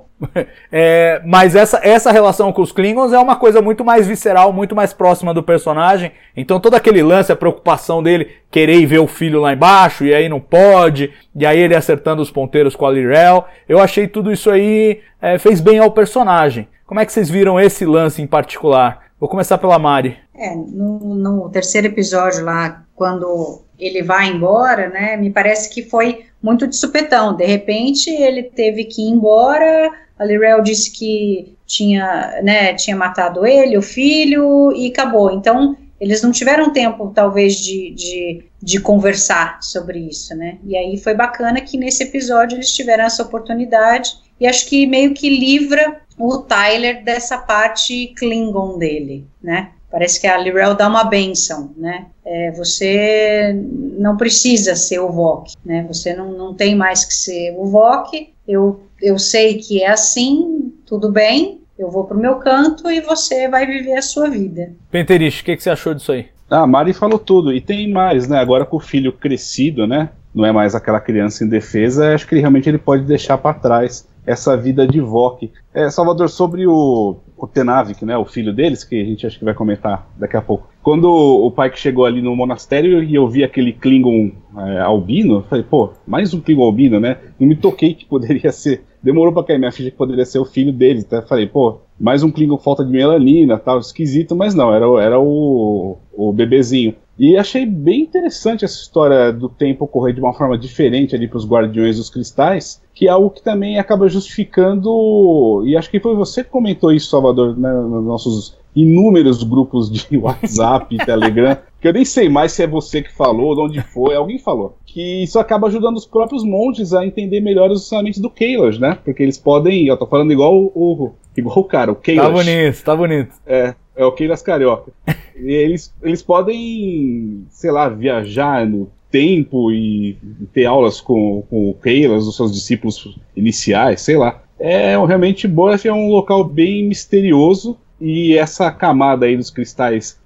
É, mas essa, essa relação com os Klingons é uma coisa muito mais visceral, muito mais próxima do personagem. Então todo aquele lance, a preocupação dele, querer ir ver o filho lá embaixo, e aí não pode, e aí ele acertando os ponteiros com a L'Rell, eu achei tudo isso aí, é, fez bem ao personagem. Como é que vocês viram esse lance em particular? Vou começar pela Mari. É, no, no terceiro episódio lá, quando ele vai embora, né, me parece que foi muito de supetão. De repente ele teve que ir embora, a L'Rell disse que tinha, né, tinha matado ele, o filho, e acabou. Então eles não tiveram tempo talvez de, de, de conversar sobre isso, né, e aí foi bacana que nesse episódio eles tiveram essa oportunidade, e acho que meio que livra o Tyler dessa parte Klingon dele, né. Parece que a L'Rell dá uma bênção, né? É, você não precisa ser o Vok, né? Você não, não tem mais que ser o Vok. Eu, eu sei que é assim, tudo bem. Eu vou pro meu canto e você vai viver a sua vida. Penteriche, o que, que você achou disso aí? Ah, a Mari falou tudo. E tem mais, né? Agora com o filho crescido, né? Não é mais aquela criança indefesa. Acho que realmente ele pode deixar para trás essa vida de Vok. É, Salvador, sobre o, o Tenavik, né, o filho deles, que a gente acho que vai comentar daqui a pouco. Quando o Pike chegou ali no monastério e eu vi aquele Klingon é, albino, eu falei, pô, mais um Klingon albino, né? Não me toquei que poderia ser. Demorou pra cair minha ficha que poderia ser o filho deles, tá? Falei, pô, mais um Klingon com falta de melanina, tal, esquisito, mas não, era, era o, o bebezinho. E achei bem interessante essa história do tempo ocorrer de uma forma diferente ali para os Guardiões dos Cristais, que é algo que também acaba justificando, e acho que foi você que comentou isso, Salvador, né, nos nossos inúmeros grupos de WhatsApp e Telegram, que eu nem sei mais se é você que falou, de onde foi, alguém falou, que isso acaba ajudando os próprios monges a entender melhor os ensinamentos do Kailash, né, porque eles podem, eu tô falando igual o, igual o cara, o Kailash. Tá bonito, tá bonito. É, é o Kailash carioca. Eles, eles podem, sei lá, viajar no tempo e ter aulas com, com o Kailash, os seus discípulos iniciais, sei lá. É realmente Boreth é um local bem misterioso, e essa camada aí dos cristais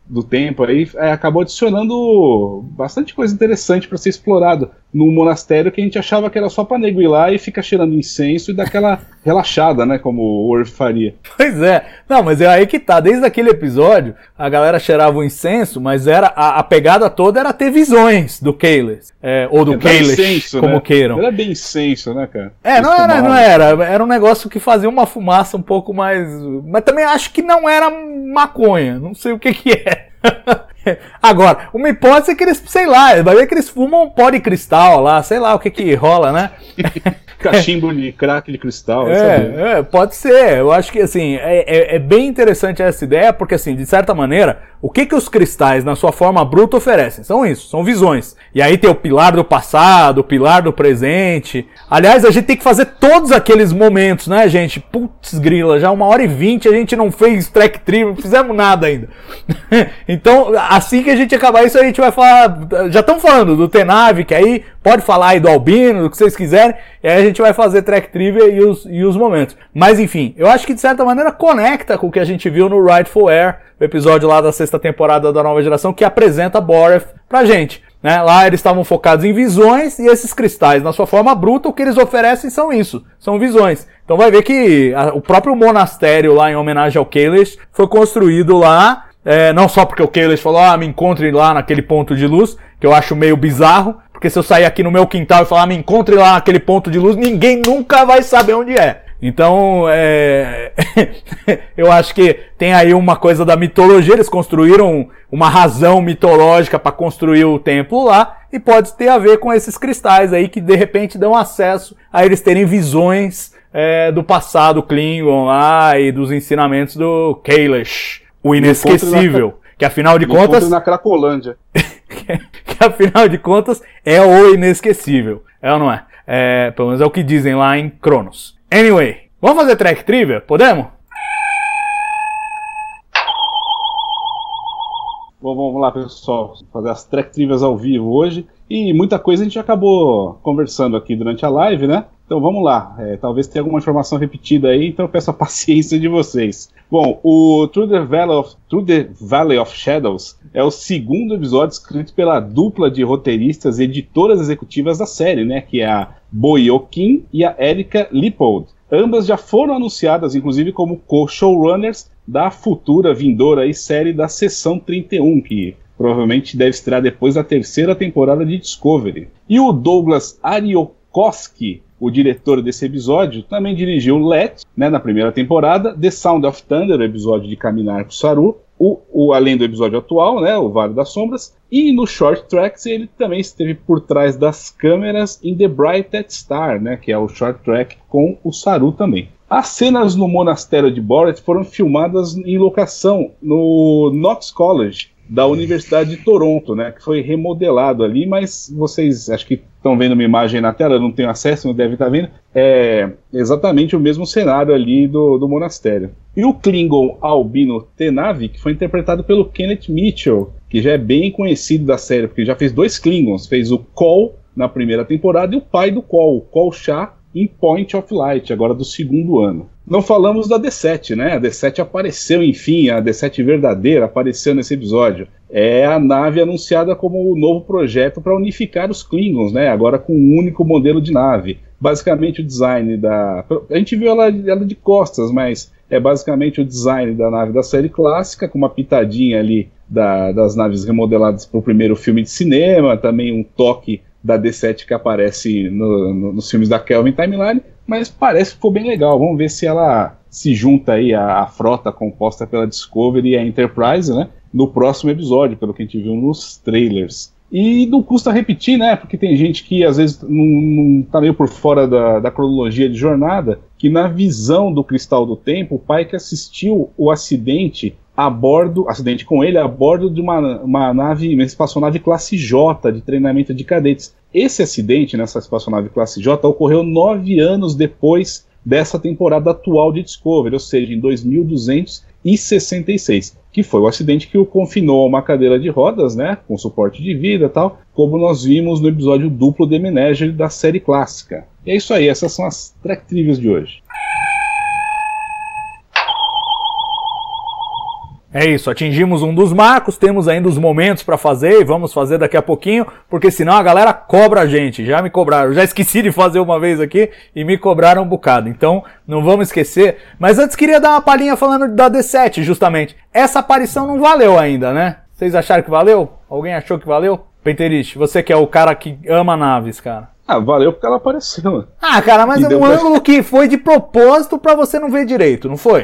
do tempo aí, é, acabou adicionando bastante coisa interessante para ser explorado no monastério, que a gente achava que era só pra nego ir lá e ficar cheirando incenso e dar aquela relaxada, né, como o Worf faria. Pois é, não, mas é aí que tá, desde aquele episódio, a galera cheirava o incenso, mas era a, a pegada toda era ter visões do Kahless, é, ou do Kahless, como né? queiram. Era bem incenso, né, cara? É, não era, não era, era um negócio que fazia uma fumaça um pouco mais, mas também acho que não era maconha, não sei o que que é. Agora, uma hipótese é que eles, sei lá, vai ver que eles fumam pó de cristal lá, sei lá o que que rola, né? Cachimbo de crack de cristal. É, é, pode ser. Eu acho que, assim, é, é, é bem interessante essa ideia, porque, assim, de certa maneira, o que que os cristais, na sua forma bruta, oferecem? São isso, são visões. E aí tem o pilar do passado, o pilar do presente. Aliás, a gente tem que fazer todos aqueles momentos, né, gente? Putz grila, já uma hora e vinte a gente não fez track trivia, não fizemos nada ainda. Então, assim que a gente acabar isso, a gente vai falar... Já estamos falando do Tenave, que aí pode falar aí do Albino, do que vocês quiserem, e aí a gente vai fazer track trivia e os, e os momentos. Mas enfim, eu acho que de certa maneira conecta com o que a gente viu no Rightful Air, o episódio lá da sexta temporada da Nova Geração, que apresenta Boreth pra gente. Né? Lá eles estavam focados em visões, e esses cristais, na sua forma bruta, o que eles oferecem são isso, são visões. Então vai ver que a, o próprio monastério lá, em homenagem ao Kahless, foi construído lá, é, não só porque o Kahless falou, ah, me encontre lá naquele ponto de luz, que eu acho meio bizarro, porque se eu sair aqui no meu quintal e falar, me encontre lá naquele ponto de luz, ninguém nunca vai saber onde é. Então, é... eu acho que tem aí uma coisa da mitologia, eles construíram uma razão mitológica para construir o templo lá, e pode ter a ver com esses cristais aí que de repente dão acesso a eles terem visões é, do passado Klingon lá e dos ensinamentos do Kahless, o inesquecível, que afinal de contas... na Cracolândia. que afinal de contas é o inesquecível, é ou não é? É, pelo menos é o que dizem lá em Cronos. Anyway, vamos fazer track trivia? Podemos? Bom, vamos lá, pessoal, fazer as track trivias ao vivo hoje. E muita coisa a gente acabou conversando aqui durante a live, né? Então vamos lá, é, talvez tenha alguma informação repetida aí, então eu peço a paciência de vocês. Bom, o Through the Valley of, Through the Valley of Shadows é o segundo episódio escrito pela dupla de roteiristas e editoras executivas da série, né? Que é a Boyo Kim e a Erika Lippold. Ambas já foram anunciadas, inclusive, como co-showrunners da futura vindoura aí, série da Seção trinta e um, que provavelmente deve estrear depois da terceira temporada de Discovery. E o Douglas Ariokoski, o diretor desse episódio, também dirigiu Let, né, na primeira temporada, The Sound of Thunder, o episódio de Caminhar com Saru, o, o, além do episódio atual, né, o Vale das Sombras, e no Short Tracks ele também esteve por trás das câmeras em The Brightest Star, né, que é o Short Track com o Saru também. As cenas no monastério de Boreth foram filmadas em locação no Knox College, da Universidade de Toronto, né, que foi remodelado ali, mas vocês acho que estão vendo uma imagem na tela, eu não tenho acesso, não deve estar vendo, é exatamente o mesmo cenário ali do, do monastério. E o Klingon Albino Tenave, que foi interpretado pelo Kenneth Mitchell, que já é bem conhecido da série, porque já fez dois Klingons, fez o Kol na primeira temporada e o pai do Kol, o Kol Shah, em Point of Light, agora do segundo ano. Não falamos da D sete, né? A D sete apareceu, enfim, a D sete verdadeira apareceu nesse episódio. É a nave anunciada como o novo projeto para unificar os Klingons, né? Agora com um único modelo de nave. Basicamente o design da... A gente viu ela, ela de costas, mas é basicamente o design da nave da série clássica, com uma pitadinha ali da, das naves remodeladas para o primeiro filme de cinema, também um toque da D sete que aparece no, no, nos filmes da Kelvin Timeline, mas parece que ficou bem legal. Vamos ver se ela se junta aí à, à frota composta pela Discovery e a Enterprise, né, no próximo episódio, pelo que a gente viu nos trailers. E não custa repetir, né, porque tem gente que às vezes não, não tá meio por fora da, da cronologia de jornada, que na visão do Cristal do Tempo, o pai que assistiu o acidente a bordo, acidente com ele, a bordo de uma, uma nave, uma espaçonave classe J, de treinamento de cadetes. Esse acidente nessa espaçonave classe J ocorreu nove anos depois dessa temporada atual de Discovery, ou seja, em dois mil duzentos e sessenta e seis, que foi o acidente que o confinou a uma cadeira de rodas, né, com suporte de vida e tal, como nós vimos no episódio duplo de Menagerie da série clássica. E é isso aí, essas são as track trivias de hoje. É isso, atingimos um dos marcos, temos ainda os momentos pra fazer e vamos fazer daqui a pouquinho, porque senão a galera cobra a gente, já me cobraram, já esqueci de fazer uma vez aqui e me cobraram um bocado, então não vamos esquecer. Mas antes queria dar uma palhinha falando da D sete, justamente. Essa aparição não valeu ainda, né? Vocês acharam que valeu? Alguém achou que valeu? Penterich, você que é o cara que ama naves, cara. Ah, valeu porque ela apareceu. Ah, cara, mas E é deu um pra- ângulo que foi de propósito pra você não ver direito, não foi?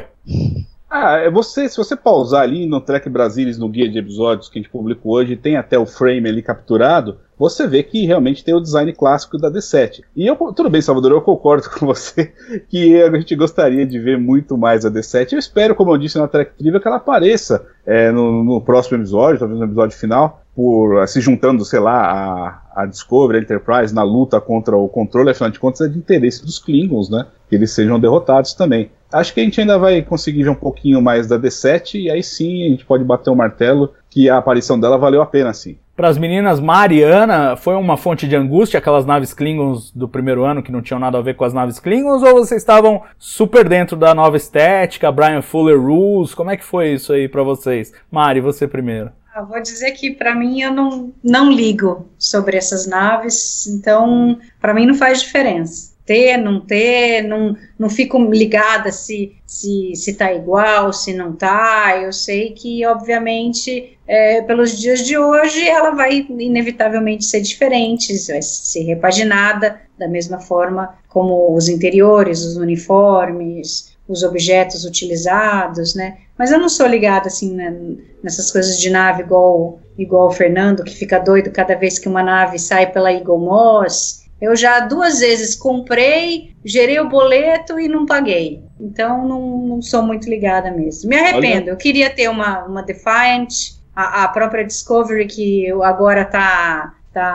Ah, é você, se você pausar ali no Trek Brasilis, no guia de episódios que a gente publicou hoje, tem até o frame ali capturado, você vê que realmente tem o design clássico da D sete. E eu, tudo bem, Salvador, eu concordo com você que a gente gostaria de ver muito mais a D sete. Eu espero, como eu disse na Trek Trivia, que ela apareça é, no, no próximo episódio, talvez no episódio final, por se juntando, sei lá, a, a Discovery, a Enterprise, na luta contra o controle. Afinal de contas, é de interesse dos Klingons, né? Que eles sejam derrotados também. Acho que a gente ainda vai conseguir ver um pouquinho mais da D sete, e aí sim a gente pode bater o martelo que a aparição dela valeu a pena, sim. Para as meninas, Mariana foi uma fonte de angústia, aquelas naves Klingons do primeiro ano que não tinham nada a ver com as naves Klingons, ou vocês estavam super dentro da nova estética, Brian Fuller Rules? Como é que foi isso aí para vocês? Mari, você primeiro. Ah, vou dizer que para mim eu não, não ligo sobre essas naves, então para mim não faz diferença. Ter, não ter, não, não fico ligada se, se, se tá igual, se não tá. Eu sei que, obviamente, é, pelos dias de hoje, ela vai inevitavelmente ser diferente, vai ser repaginada da mesma forma como os interiores, os uniformes, os objetos utilizados, né? Mas eu não sou ligada, assim, né, nessas coisas de nave igual, igual o Fernando, que fica doido cada vez que uma nave sai pela Eagle Moss. Eu já duas vezes comprei, gerei o boleto e não paguei. Então, não, não sou muito ligada mesmo. Me arrependo. Olha. Eu queria ter uma, uma Defiant, a, a própria Discovery, que eu agora tá,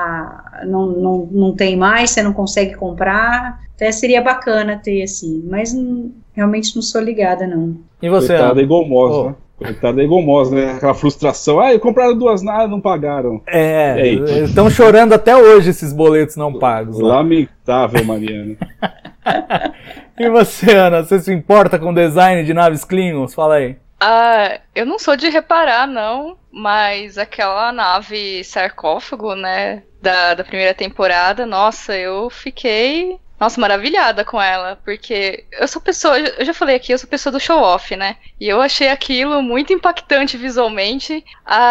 tá, não, não, não tem mais, você não consegue comprar. Até seria bacana ter, assim. Mas não, realmente não sou ligada, não. E você? Coitada da Eagle Moss, oh. né? Coitada da Eagle Moss, né? Aquela frustração. Ah, compraram duas naves, não pagaram. É, estão chorando até hoje esses boletos não pagos. Lá. Lamentável, Mariana. E você, Ana? Você se importa com o design de naves Klingons? Fala aí. Ah, eu não sou de reparar, não, mas aquela nave sarcófago, né, da, da primeira temporada, nossa, eu fiquei... Nossa, maravilhada com ela, porque eu sou pessoa, eu já falei aqui, eu sou pessoa do show-off, né? E eu achei aquilo muito impactante visualmente,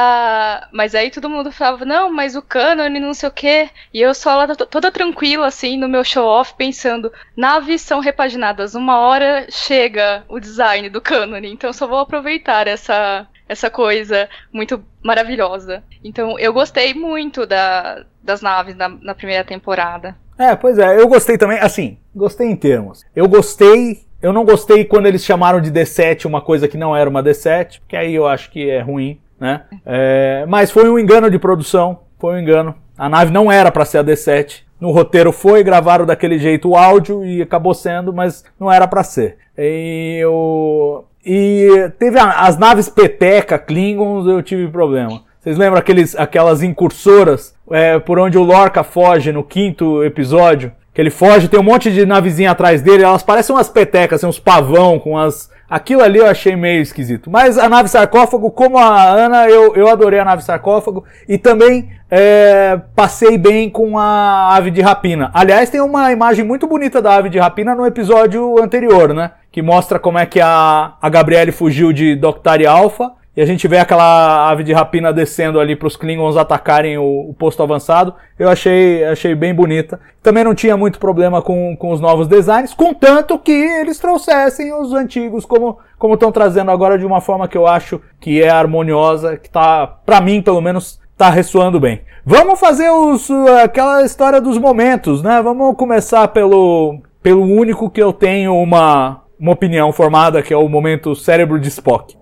ah, mas aí todo mundo falava, não, mas o cânone, não sei o quê, e eu só lá toda tranquila, assim, no meu show-off, pensando, naves são repaginadas, uma hora chega o design do cânone, então eu só vou aproveitar essa... essa coisa muito maravilhosa. Então, eu gostei muito da, das naves na, na primeira temporada. É, pois é, eu gostei também, assim, gostei em termos. Eu gostei, eu não gostei quando eles chamaram de D sete uma coisa que não era uma D sete, porque aí eu acho que é ruim, né? É, mas foi um engano de produção, foi um engano. A nave não era para ser a D sete. No roteiro foi, gravaram daquele jeito o áudio e acabou sendo, mas não era para ser. E eu... E teve a, as naves Peteca, Klingons, eu tive problema. Vocês lembram aqueles, aquelas incursoras é, por onde o Lorca foge no quinto episódio? Que ele foge, tem um monte de navezinha atrás dele, elas parecem umas petecas, assim, uns pavão com as... Aquilo ali eu achei meio esquisito. Mas a nave sarcófago, como a Ana, eu, eu adorei a nave sarcófago. E também é, passei bem com a ave de rapina. Aliás, tem uma imagem muito bonita da ave de rapina no episódio anterior, né? Que mostra como é que a, a Gabrielle fugiu de Doctari Alpha. E a gente vê aquela ave de rapina descendo ali para os Klingons atacarem o, o posto avançado. Eu achei, achei bem bonita. Também não tinha muito problema com, com os novos designs, contanto que eles trouxessem os antigos como como estão trazendo agora de uma forma que eu acho que é harmoniosa, que tá, para mim pelo menos, tá ressoando bem. Vamos fazer os, aquela história dos momentos, né? Vamos começar pelo, pelo único que eu tenho uma, uma opinião formada, que é o momento cérebro de Spock.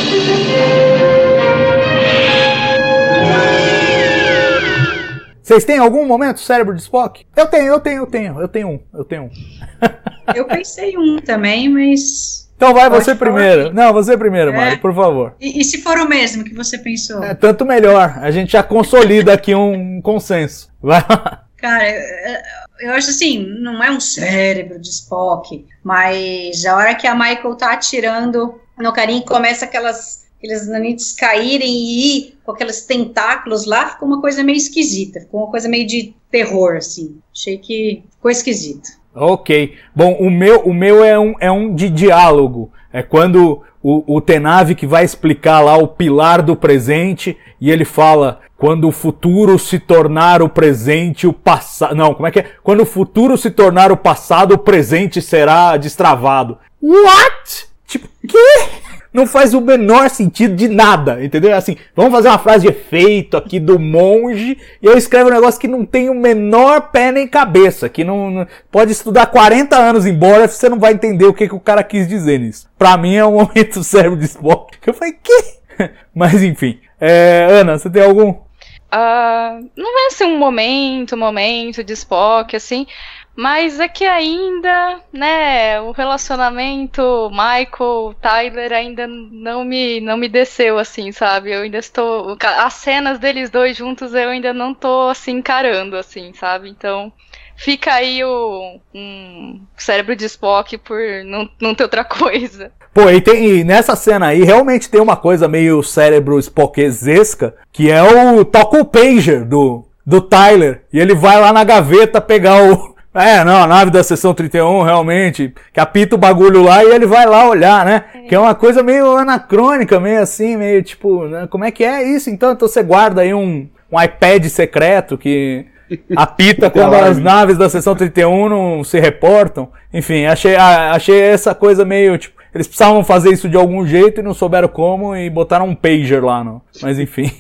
Vocês têm algum momento cérebro de Spock? Eu tenho, eu tenho, eu tenho, eu tenho um, eu tenho um. Eu pensei um também, mas... Então vai você primeiro. Não, você primeiro, é. Mari, por favor. E, e se for o mesmo que você pensou? É, tanto melhor, a gente já consolida aqui um consenso. Vai lá. Cara, eu, eu acho assim, não é um cérebro de Spock, mas a hora que a Michael tá atirando no carinha, começa aquelas aqueles nanites caírem e ir com aqueles tentáculos lá, ficou uma coisa meio esquisita, ficou uma coisa meio de terror, assim. Achei que ficou esquisito. Ok. Bom, o meu, o meu é, um, é um de diálogo. É quando o, o Tenavik vai explicar lá o pilar do presente e ele fala, quando o futuro se tornar o presente, o passado... Não, como é que é? Quando o futuro se tornar o passado, o presente será destravado. What? Tipo, quê? Não faz o menor sentido de nada, entendeu? Assim, vamos fazer uma frase de efeito aqui do monge, e eu escrevo um negócio que não tem o menor pé nem cabeça, que não, não pode estudar quarenta anos embora, você não vai entender o que, que o cara quis dizer nisso. Pra mim é um momento cérebro de Spock, que eu falei, quê? Mas enfim, é, Ana, você tem algum? Uh, não é assim um momento, um momento de Spock, assim... Mas é que ainda, né, o relacionamento Michael, Tyler ainda não me, não me desceu, assim, sabe? Eu ainda estou... As cenas deles dois juntos eu ainda não tô, assim, encarando, assim, sabe? Então, fica aí o um cérebro de Spock por não, não ter outra coisa. Pô, e, tem, e nessa cena aí realmente tem uma coisa meio cérebro Spockesesca, que é o... Toca o pager do, do Tyler, e ele vai lá na gaveta pegar o... É, não, a nave da seção trinta e um, realmente, que apita o bagulho lá e ele vai lá olhar, né? É. Que é uma coisa meio anacrônica, meio assim, meio tipo, né? Como é que é isso? Então, então você guarda aí um, um iPad secreto que apita quando as naves da seção trinta e um não se reportam. Enfim, achei, achei essa coisa meio, tipo, eles precisavam fazer isso de algum jeito e não souberam como e botaram um pager lá, não. Mas enfim.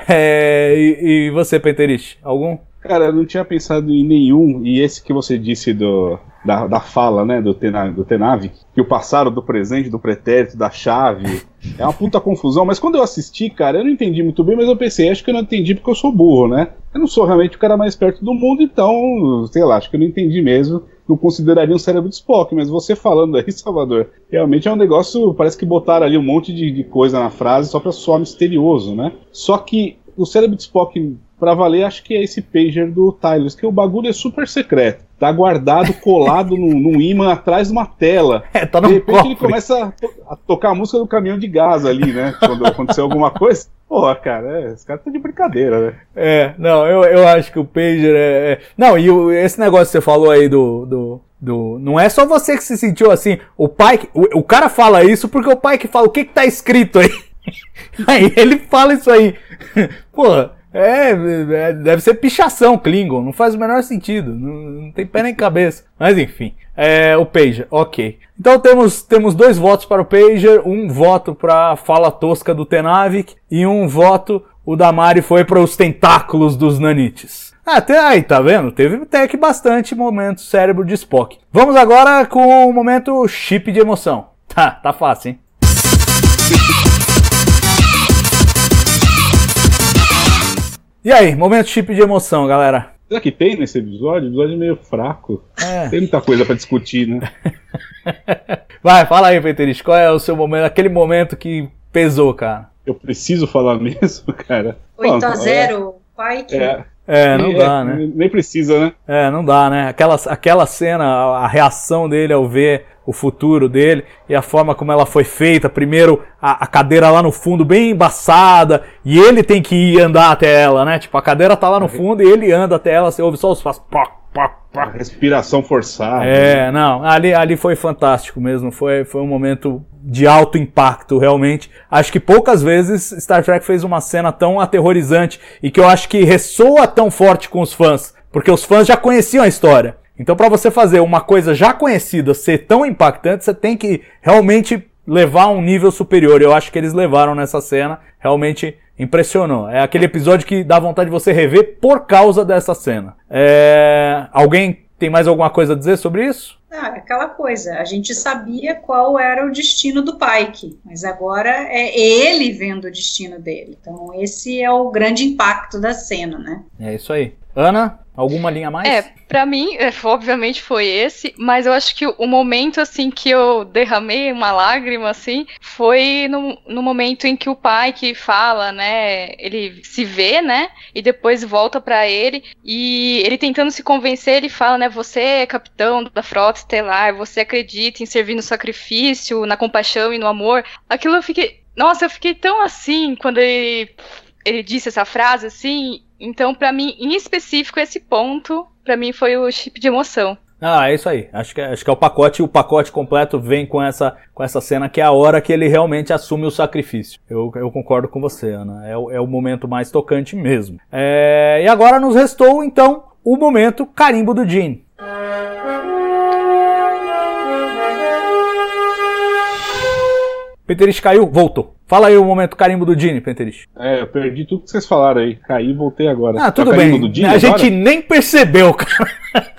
É, e, e você, Penterich, algum? Cara, eu não tinha pensado em nenhum, e esse que você disse do, da, da fala, né, do, Tena, do Tenavik, que o passado do presente, do pretérito, da chave, é uma puta confusão, mas quando eu assisti, cara, eu não entendi muito bem, mas eu pensei, acho que eu não entendi porque eu sou burro, né? Eu não sou realmente o cara mais perto do mundo, então, sei lá, acho que eu não entendi mesmo, não consideraria um cérebro de Spock, mas você falando aí, Salvador, realmente é um negócio, parece que botaram ali um monte de, de coisa na frase só pra soar misterioso, né? Só que o cérebro de Spock... Pra valer, acho que é esse pager do Tyler, que o bagulho é super secreto. Tá guardado, colado num, num imã atrás de uma tela. É, tá no de repente cofre. Ele começa a, to- a tocar a música do caminhão de gás ali, né? Quando aconteceu alguma coisa. Porra, cara, é, esse cara tá de brincadeira, né? É, não, eu, eu acho que o pager é... é... Não, e o, esse negócio que você falou aí do... do... Do, não é só você que se sentiu assim. O pai, o, o cara fala isso porque o pai que fala, o que que tá escrito aí? Aí ele fala isso aí. Porra, é, é, deve ser pichação Klingon, não faz o menor sentido, não, não tem pé nem cabeça. Mas enfim, é, o pager, ok. Então temos, temos dois votos para o pager, um voto para a fala tosca do Tenavik e um voto, o da Mari foi para os tentáculos dos nanites. Ah, até aí, tá vendo? Teve até que bastante momento cérebro de Spock. Vamos agora com o momento chip de emoção. Tá, tá fácil, hein? E aí, momento chip de emoção, galera. Será que tem nesse episódio? O episódio é meio fraco. É. Tem muita coisa pra discutir, né? Vai, fala aí, Peterich, qual é o seu momento, aquele momento que pesou, cara? Eu preciso falar mesmo, cara. oito a zero, pai que... É. É, não é, dá, né? Nem precisa, né? É, não dá, né? Aquela, aquela cena, a, a reação dele ao ver o futuro dele e a forma como ela foi feita. Primeiro, a, a cadeira lá no fundo bem embaçada e ele tem que ir andar até ela, né? Tipo, a cadeira tá lá no fundo e ele anda até ela, você ouve só os passos. Respiração forçada. É, não, ali, ali foi fantástico mesmo, foi, foi um momento de alto impacto, realmente. Acho que poucas vezes Star Trek fez uma cena tão aterrorizante e que eu acho que ressoa tão forte com os fãs, porque os fãs já conheciam a história. Então, para você fazer uma coisa já conhecida ser tão impactante, você tem que realmente levar a um nível superior. Eu acho que eles levaram nessa cena, realmente impressionou. É aquele episódio que dá vontade de você rever por causa dessa cena. É... Alguém tem mais alguma coisa a dizer sobre isso? Ah, aquela coisa, a gente sabia qual era o destino do Pike, mas agora é ele vendo o destino dele. Então esse é o grande impacto da cena, né? É isso aí. Ana, alguma linha a mais? É, pra mim, é, obviamente foi esse, mas eu acho que o momento, assim, que eu derramei uma lágrima, assim, foi no, no momento em que o pai que fala, né, ele se vê, né, e depois volta pra ele, e ele tentando se convencer, ele fala, né, você é capitão da frota estelar, você acredita em servir no sacrifício, na compaixão e no amor. Aquilo eu fiquei... nossa, eu fiquei tão assim quando ele, ele disse essa frase, assim. Então, pra mim, em específico, esse ponto, pra mim, foi o chip de emoção. Ah, é isso aí. Acho que, acho que é o pacote, o pacote completo vem com essa, com essa cena, que é a hora que ele realmente assume o sacrifício. Eu, eu concordo com você, Ana. É, é o momento mais tocante mesmo. É, e agora nos restou, então, o momento carimbo do Gene. Penterich caiu? Voltou. Fala aí o momento carimbo do Gene, Penterich. É, eu perdi tudo que vocês falaram aí. Caí e voltei agora. Ah, tudo tá bem. Do Gene a agora? gente nem percebeu, cara.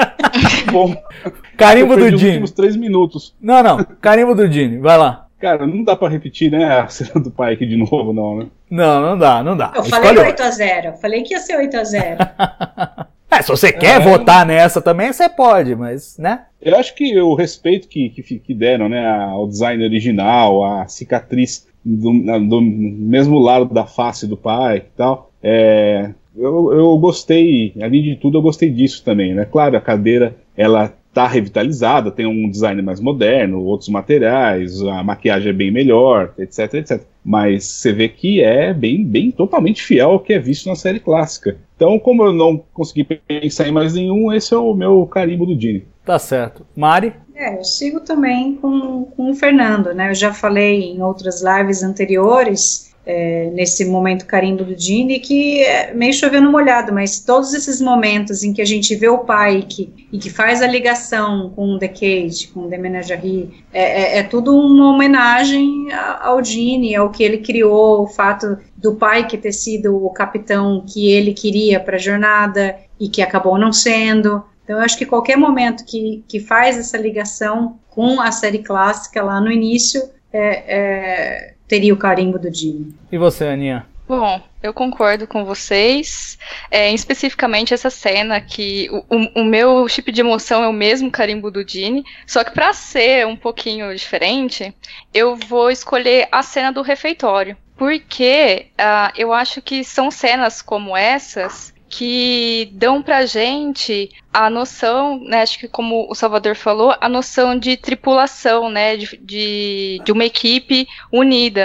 Bom. Carimbo eu perdi do os Gene. últimos três minutos. Não, não. Carimbo do Gene. Vai lá. Cara, não dá pra repetir, né, a cena do pai aqui de novo, não, né? Não, não dá, não dá. Eu falei Escolhe oito a zero. Eu falei que ia ser oito a zero. É, se você quer É. votar nessa também, você pode, mas, né? Eu acho que o respeito que, que, que deram, né, ao design original, a cicatriz do, do mesmo lado da face do pai e tal, é, eu, eu gostei, além de tudo, eu gostei disso também, né? Claro, a cadeira, ela tá revitalizada, tem um design mais moderno, outros materiais, a maquiagem é bem melhor, etc, etcétera. Mas você vê que é bem, bem totalmente fiel ao que é visto na série clássica. Então, como eu não consegui pensar em mais nenhum, esse é o meu carimbo do Gene. Tá certo. Mari? É, eu sigo também com, com o Fernando, né? Eu já falei em outras lives anteriores, é, nesse momento carimbo do Gene, que é meio chovendo molhado, mas todos esses momentos em que a gente vê o Pike e que faz a ligação com o Decade, com o The Menagerie, é, é, é tudo uma homenagem ao Gene, ao que ele criou, o fato do Pike ter sido o capitão que ele queria para a jornada e que acabou não sendo. Então, eu acho que qualquer momento que, que faz essa ligação com a série clássica lá no início, é, é, teria o carimbo do Gene. E você, Aninha? Bom, eu concordo com vocês, é, especificamente essa cena que o, o, o meu chip de emoção é o mesmo carimbo do Gene, só que para ser um pouquinho diferente, eu vou escolher a cena do refeitório, porque uh, eu acho que são cenas como essas que dão pra gente a noção, né, acho que como o Salvador falou, a noção de tripulação, né, de, de, de uma equipe unida,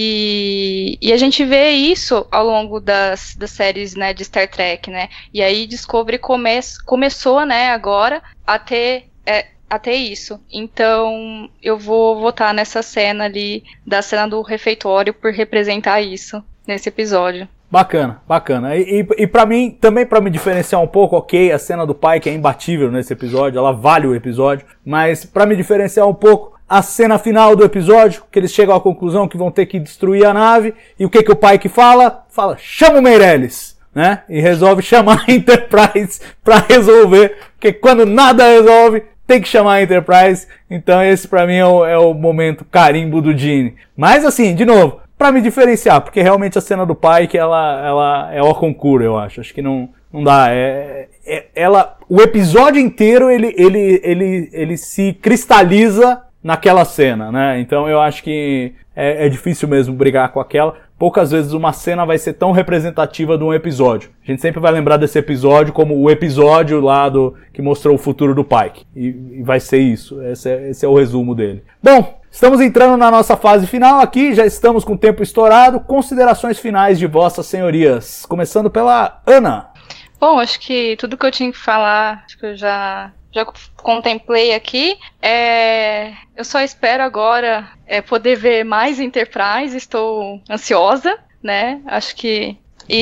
e, e a gente vê isso ao longo das, das séries, né, de Star Trek, né, e aí Discovery come, começou, né, agora a ter, é, a ter isso, então eu vou votar nessa cena ali, da cena do refeitório, por representar isso nesse episódio. Bacana, bacana. E, e, e pra mim, também pra me diferenciar um pouco, ok, a cena do pai que é imbatível nesse episódio, ela vale o episódio, mas pra me diferenciar um pouco, a cena final do episódio, que eles chegam à conclusão que vão ter que destruir a nave, e o que que o pai que fala? Fala, chama o Meirelles, né? E resolve chamar a Enterprise pra resolver, porque quando nada resolve, tem que chamar a Enterprise. Então esse pra mim é o, é o momento carimbo do Gene. Mas assim, de novo, pra me diferenciar, porque realmente a cena do pai que ela, ela é o concurso, eu acho. Acho que não, não dá. É, é, ela, o episódio inteiro ele, ele, ele, ele se cristaliza naquela cena, né? Então eu acho que é, é difícil mesmo brigar com aquela. Poucas vezes uma cena vai ser tão representativa de um episódio. A gente sempre vai lembrar desse episódio como o episódio lá do, que mostrou o futuro do Pike. E, e vai ser isso. Esse é, esse é o resumo dele. Bom, estamos entrando na nossa fase final aqui. Já estamos com o tempo estourado. Considerações finais de vossas senhorias. Começando pela Ana. Bom, acho que tudo que eu tinha que falar, acho que eu já... já contemplei aqui, é, eu só espero agora é, poder ver mais Enterprise, estou ansiosa, né, acho que,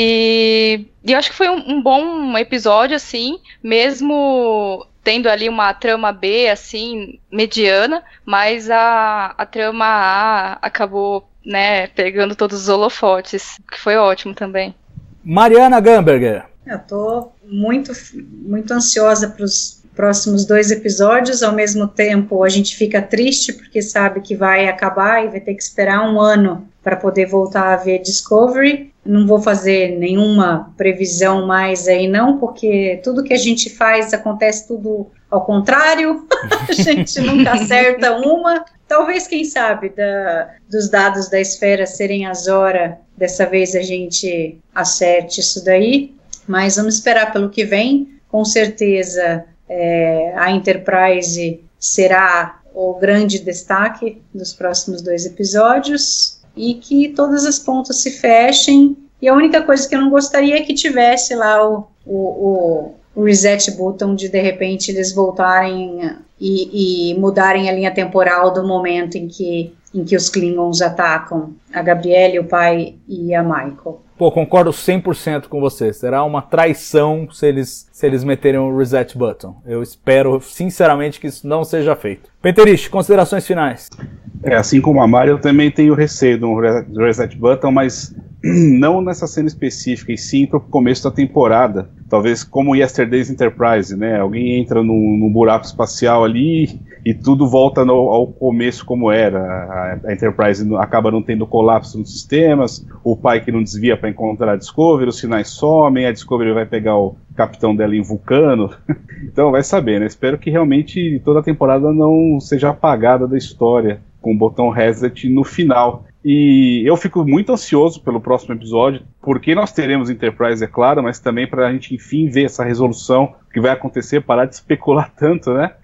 e, e eu acho que foi um, um bom episódio, assim, mesmo tendo ali uma trama B, assim, mediana, mas a, a trama A acabou, né, pegando todos os holofotes, que foi ótimo também. Mariana Gamberger. Eu tô muito, muito ansiosa para os próximos dois episódios. Ao mesmo tempo a gente fica triste porque sabe que vai acabar e vai ter que esperar um ano para poder voltar a ver Discovery. Não vou fazer nenhuma previsão mais aí não, porque tudo que a gente faz acontece tudo ao contrário. A gente nunca acerta uma. Talvez, quem sabe, da, dos dados da esfera serem as horas, dessa vez a gente acerte isso daí, mas vamos esperar pelo que vem. Com certeza É, a Enterprise será o grande destaque dos próximos dois episódios. e que todas as pontas se fechem. E a única coisa que eu não gostaria é que tivesse lá o, o, o reset button de, de repente, eles voltarem e, e mudarem a linha temporal do momento em que, em que os Klingons atacam a Gabrielle, o pai e a Michael. Pô, concordo cem por cento com você. Será uma traição se eles, se eles meterem o reset button. Eu espero, sinceramente, que isso não seja feito. Penterich, considerações finais. É, assim como a Mari, eu também tenho receio do reset button, mas não nessa cena específica, e sim pro começo da temporada. Talvez como Yesterday's Enterprise, né? Alguém entra num, num buraco espacial ali e tudo volta no, ao começo como era. A, a Enterprise acaba não tendo colapso nos sistemas, o pai que não desvia para encontrar a Discovery, os sinais somem, a Discovery vai pegar o capitão dela em Vulcano. Então vai saber, né? Espero que realmente toda a temporada não seja apagada da história com o botão reset no final. E eu fico muito ansioso pelo próximo episódio, porque nós teremos Enterprise, é claro, mas também para a gente, enfim, ver essa resolução que vai acontecer, parar de especular tanto, né?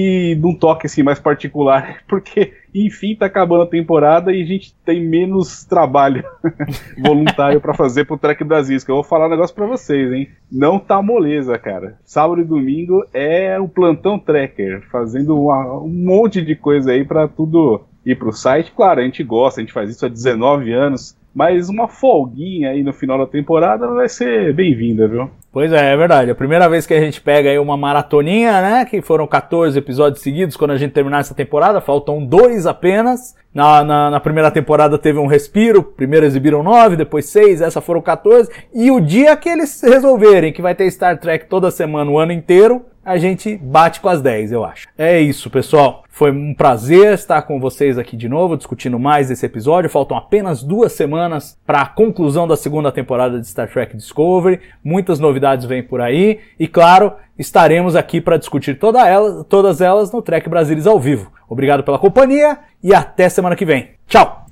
E num toque assim mais particular, porque, enfim, tá acabando a temporada e a gente tem menos trabalho voluntário para fazer pro Trek Brasil. Que eu vou falar um negócio para vocês, hein? Não tá moleza, cara. Sábado e domingo é o plantão Trekker, fazendo uma, um monte de coisa aí para tudo ir pro site. Claro, a gente gosta, a gente faz isso há dezenove anos, mas uma folguinha aí no final da temporada vai ser bem-vinda, viu? Pois é, é verdade. A primeira vez que a gente pega aí uma maratoninha, né, que foram quatorze episódios seguidos quando a gente terminar essa temporada, faltam dois apenas. Na, na, na primeira temporada teve um respiro, primeiro exibiram nove, depois seis, essa foram quatorze. E o dia que eles resolverem que vai ter Star Trek toda semana, o ano inteiro, a gente bate com as dez, eu acho. É isso, pessoal. Foi um prazer estar com vocês aqui de novo, discutindo mais esse episódio. Faltam apenas duas semanas para a conclusão da segunda temporada de Star Trek Discovery. Muitas novidades vêm por aí. E, claro, estaremos aqui para discutir toda ela, todas elas no Trek Brasilis ao vivo. Obrigado pela companhia e até semana que vem. Tchau!